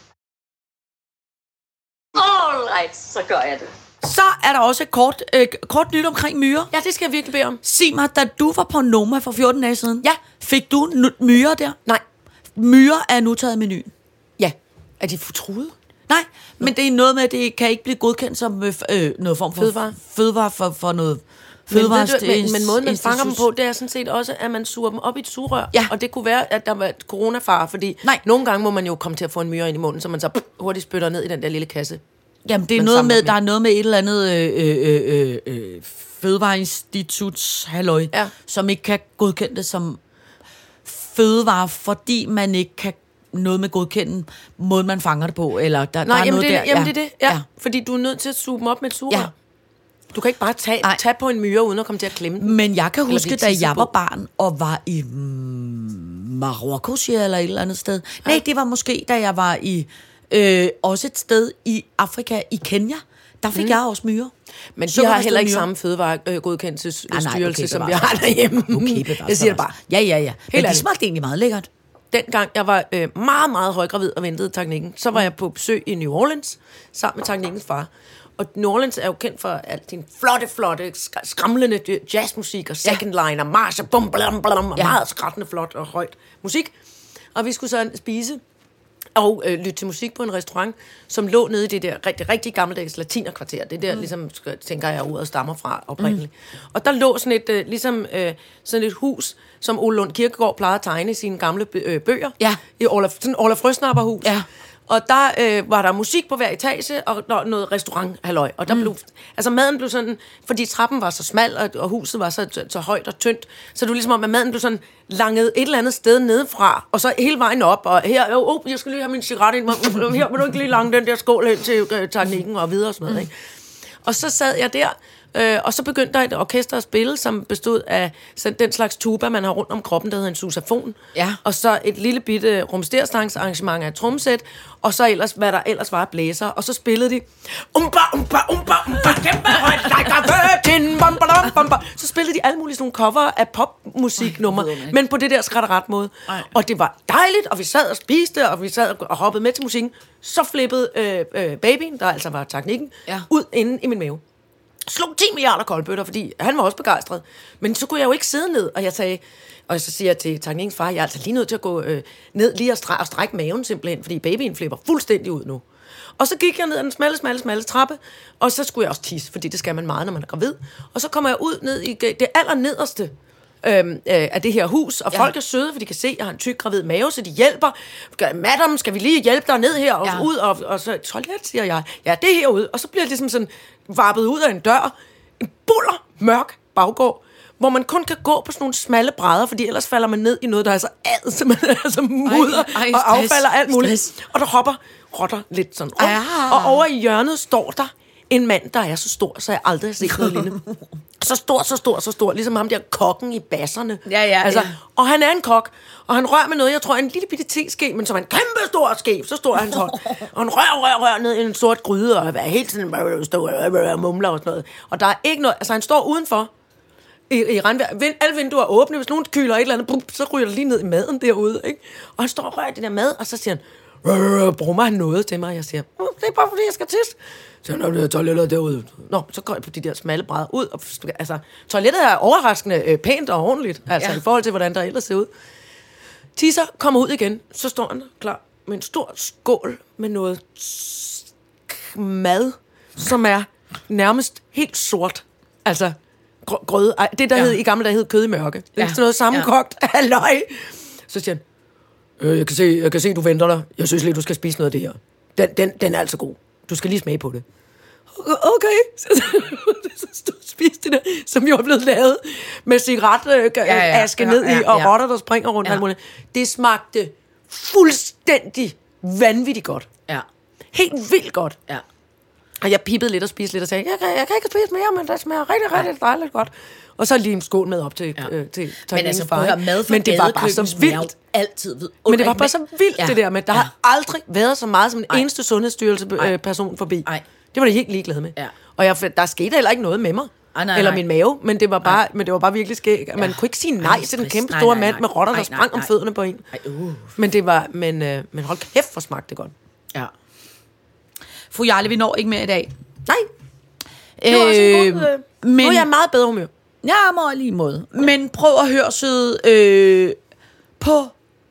Alright, så gør jeg det.
Så er der også et kort, øh, kort nyt omkring myrer.
Ja, det skal jeg virkelig bede om.
Sig mig, da du var på Noma for fjorten dage siden,
ja.
fik du n- myrer der?
Nej.
Myrer er nu taget i menuen.
Ja. Er de fortruede?
Nej, Nå. men det er noget med, at det kan ikke blive godkendt som øh, noget form for
fødevare,
fødevare for, for noget...
Men, du, men, men måden man fanger dem på, det er sådan set også, at man suger dem op i et sugerør.
Ja.
Og det kunne være, at der var et coronafare, fordi
Nej.
nogle gange må man jo komme til at få en myre ind i munden, så man så hurtigt spytter ned i den der lille kasse.
Jamen, det er noget med, der er noget med et eller andet øh, øh, øh, øh, fødevareinstituts halløj,
ja.
som ikke kan godkende det som fødevare, fordi man ikke kan noget med godkende måden, man fanger det på, eller der,
Nej,
der er
jamen
noget
det,
der.
Jamen
ja.
det er det, ja.
ja.
Fordi du er nødt til at suge dem op med et sugerør.
Ja.
Du kan ikke bare tage, tage på en myre, uden at komme til at klemme den.
Men jeg kan huske, da jeg var barn, og var i mm, Marokko, siger jeg, eller et eller andet sted. Ja. Nej, det var måske, da jeg var i øh, også et sted i Afrika, i Kenya. Der fik mm. jeg også myrer.
Men de har heller ikke myre. samme fødevaregodkendelsesstyrelse, ah, okay, som vi har derhjemme.
Okay, bevares,
jeg siger det bare.
Ja, ja, ja. Men de smagte egentlig meget lækkert.
Dengang jeg var øh, meget, meget højgravid og ventede teknikken, så var jeg på besøg i New Orleans, sammen med teknikkens far. Og New Orleans er jo kendt for alt din flotte, flotte, sk- skramlende jazzmusik og second ja. line og march og bum, blam, blam, og ja. meget skrættende, flot og højt musik. Og vi skulle så spise og øh, lytte til musik på en restaurant, som lå nede i det der rigtig, rigtig gammeldags latinerkvarter. Det der, mm. ligesom, tænker jeg, ordet stammer fra oprindeligt. Mm. Og der lå sådan et, øh, ligesom, øh, sådan et hus, som Ole Lund Kirkegaard plejede at tegne i sine gamle øh, bøger.
Ja.
I Olaf, sådan Olaf Frøsnapper-hus.
Ja.
Og der øh, var der musik på hver etage, og der, noget restaurant-halløj. Og der mm. blev, altså maden blev sådan, fordi trappen var så smal, og, og huset var så, så højt og tyndt, så det var ligesom om, at maden blev sådan langet et eller andet sted nedefra, og så hele vejen op, og her, åh, oh, jeg skal lige have min cigaret ind, her må du ikke lige lange den der skål hen til øh, teknikken og videre og sådan noget, mm. ikke? Og så sad jeg der, øh, og så begyndte der et orkester at spille, som bestod af sådan, den slags tuba, man har rundt om kroppen, der hedder en susafon.
Ja.
Og så et lille bitte rumsterstangsarrangement af et tromsæt, og så ellers, hvad der ellers var, blæser. Og så spillede de... Umba, umba, umba, umba, kæmpe højt, like a virgin, bum, bum, bum, bum. Så spillede de alle mulige sådan nogle cover af popmusiknummer, men på det der skrætteret måde. Ej. Og det var dejligt, og vi sad og spiste, og vi sad og hoppede med til musikken. Så flippede øh, øh, babyen, der altså var teknikken, ja. ud inde i min mave. Slog ti milliarder koldbøtter, fordi han var også begejstret. Men så kunne jeg jo ikke sidde ned, og jeg sagde, og så siger jeg til teknikkens far, jeg er altså lige nødt til at gå øh, ned lige og, stræ- og strække maven simpelthen, fordi babyen flipper fuldstændig ud nu. Og så gik jeg ned ad den smalle, smalle, smalle trappe, og så skulle jeg også tisse, fordi det skal man meget, når man er gravid. Og så kommer jeg ud ned i det allernederste Øhm, øh, af det her hus, og ja. folk er søde, for de kan se, at jeg har en tyk gravid mave, så de hjælper. Madam, skal vi lige hjælpe dig ned her og ja. ud, og, og så toilet, siger jeg. Ja, det her ud. Og så bliver det ligesom sådan varpet ud af en dør. En buller mørk baggård, hvor man kun kan gå på sådan nogle smalle brædder, fordi ellers falder man ned i noget, der er så ad, så man er så mudder ej, ej, og affalder alt muligt. Stress. Og der hopper rotter lidt sådan rundt. Ja. Og over i hjørnet står der en mand, der er så stor, så jeg aldrig har set noget lignende. Så stor, så stor, så stor. Ligesom ham der kokken i basserne.
Ja, ja,
altså,
ja.
Og han er en kok, og han rører med noget, jeg tror, en lille bitte teske, men som en kæmpe stor ske, så står hans hånd. Og han rører, rører, rører ned i en sort gryde, og er helt sådan, stå og mumler og sådan noget. Og der er ikke noget, altså han står udenfor, i, i regnvejr. Vind, alle vinduer er åbne, hvis nogen kyler et eller andet, brug, så ryger det lige ned i maden derude, ikke? Og han står og rører det der mad, og så siger han, brummer han noget til mig, og jeg siger, det er bare fordi, jeg skal tisse. Så når det er toilettet derude. Nå, så går jeg på de der smalle brædder ud. Og, altså, toilettet er overraskende øh, pænt og ordentligt, altså ja. i forhold til, hvordan der ellers ser ud. Tisser kommer ud igen, så står han klar med en stor skål med noget mad, som er nærmest helt sort. Altså, gr- grøde. Ej, det, der ja. hed, i gamle dage hed kød i mørke. Ja. Sådan noget sammenkogt ja. af løg. Så siger han, øh, jeg, kan se, jeg kan se, du venter dig. Jeg synes lige, du skal spise noget af det her. Den, den, den er altså god. Du skal lige smage på det. Okay. Så, så stod og spiste det der, som jo er blevet lavet med cigaretaske ja, ja, ja, ned i, og ja. rotter, der springer rundt. Ja. Det smagte fuldstændig vanvittigt godt. Ja. Helt vildt godt. Ja. Og jeg pippede lidt og spiste lidt og sagde, jeg kan, jeg kan ikke spise mere, men det smager rigtig, rigtig dejligt godt. Og så lige en skål med op til, ja. øh, til
men altså, far. Mad
men det var bare så vildt.
Altid ved.
Men det var bare så vildt, ja. det der med, der ja. har aldrig været så meget som en Ej. eneste sundhedsstyrelse-person forbi. Ej. Det var jeg helt ligeglad med. Ja. Og jeg, der skete heller ikke noget med mig. Ej, nej, eller nej. min mave, men det var bare, men det var bare virkelig skæg. Man ja. kunne ikke sige nej til den kæmpe store mand med rotter, der sprang om fødderne på en. Ej, uh. Men det var, men, øh, men hold kæft, hvor smagte det godt. Ja.
Fru Jarle, vi når ikke mere i dag.
Nej. Det var øh, også en god, øh, men, nu er jeg meget bedre humør.
Ja, må lige måde. Men prøv at høre søde øh, på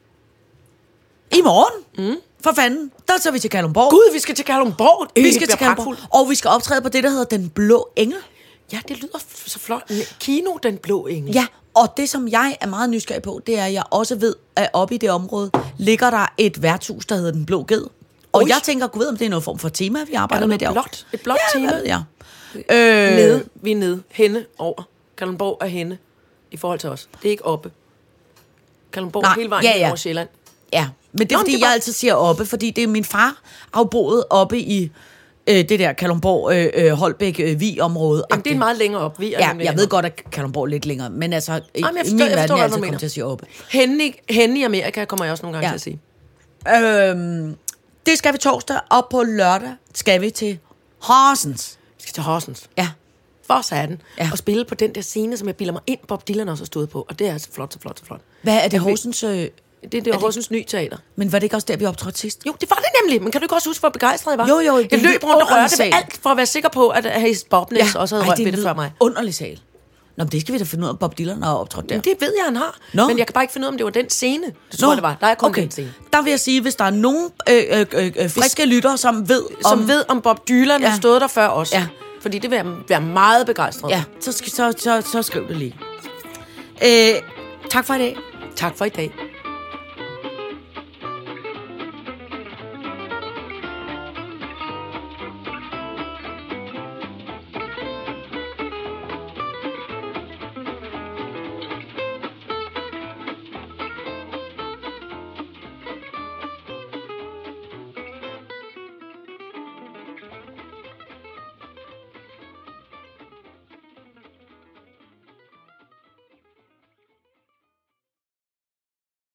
i morgen. Mm. For fanden. Der tager vi til Kalundborg.
Gud, vi skal til Kalundborg.
Vi skal til Kalundborg. Og vi skal optræde på det, der hedder Den Blå Engel.
Ja, det lyder så flot. Kino Den Blå Engel.
Ja, og det, som jeg er meget nysgerrig på, det er, at jeg også ved, at oppe i det område ligger der et værtshus, der hedder Den Blå Ged. Og Oi. jeg tænker, gud ved, om det er noget form for tema, vi arbejder med der.
Blot? Et blåt
ja,
tema?
Ja,
øh, nede, vi er nede. Henne over. Kalundborg er henne i forhold til os. Det er ikke oppe. Kalundborg er hele vejen ja, ja. over Sjælland.
Ja, men det er, Nå, fordi det er bare... jeg altid siger oppe, fordi det er min far afboet oppe i øh, det der Kalundborg, øh, Holbæk, øh, Vi-område.
Jamen, det er meget længere op. Vi er
ja, jeg ved godt, at Kalundborg er lidt længere, men altså, Jamen, jeg forstår, i min verden er jeg altid kommet til at sige oppe.
Henne i, henne i Amerika kommer jeg også nogle gange ja. til at
sige. Øhm, det skal vi torsdag, og på lørdag skal vi til Horsens.
Vi skal til Horsens.
Ja.
For satan. Ja. Og spille på den der scene, som jeg bilder mig ind, Bob Dylan også har stået på. Og det er så flot, så flot, så flot.
Hvad er det, Horsens... Øh,
det er det, er Horsens Nye Teater.
Men var det ikke også der, vi optrådte sidst?
Jo, det var det nemlig. Men kan du ikke også huske, hvor begejstret jeg var?
Jo, jo. Det
jeg løb rundt og rørte ved alt, for at være sikker på, at Hayes Bobness ja. også havde rørt ved det før mig.
Underlig sal. Nå, men det skal vi da finde ud af, Bob Dylan har optrådt der.
Men det ved jeg, han har. Nå. Men jeg kan bare ikke finde ud af, om det var den scene. Det tror
Nå.
jeg, det var. Der er kun
okay.
den scene.
Der vil jeg sige, hvis der er nogen øh, øh, øh, friske lyttere, som ved
som
om...
ved, om Bob Dylan ja. har stået der før os. Ja. Fordi det vil jeg være meget begejstret.
Ja, så, så, så, så skriv det lige. Øh, tak for i dag.
Tak for i dag.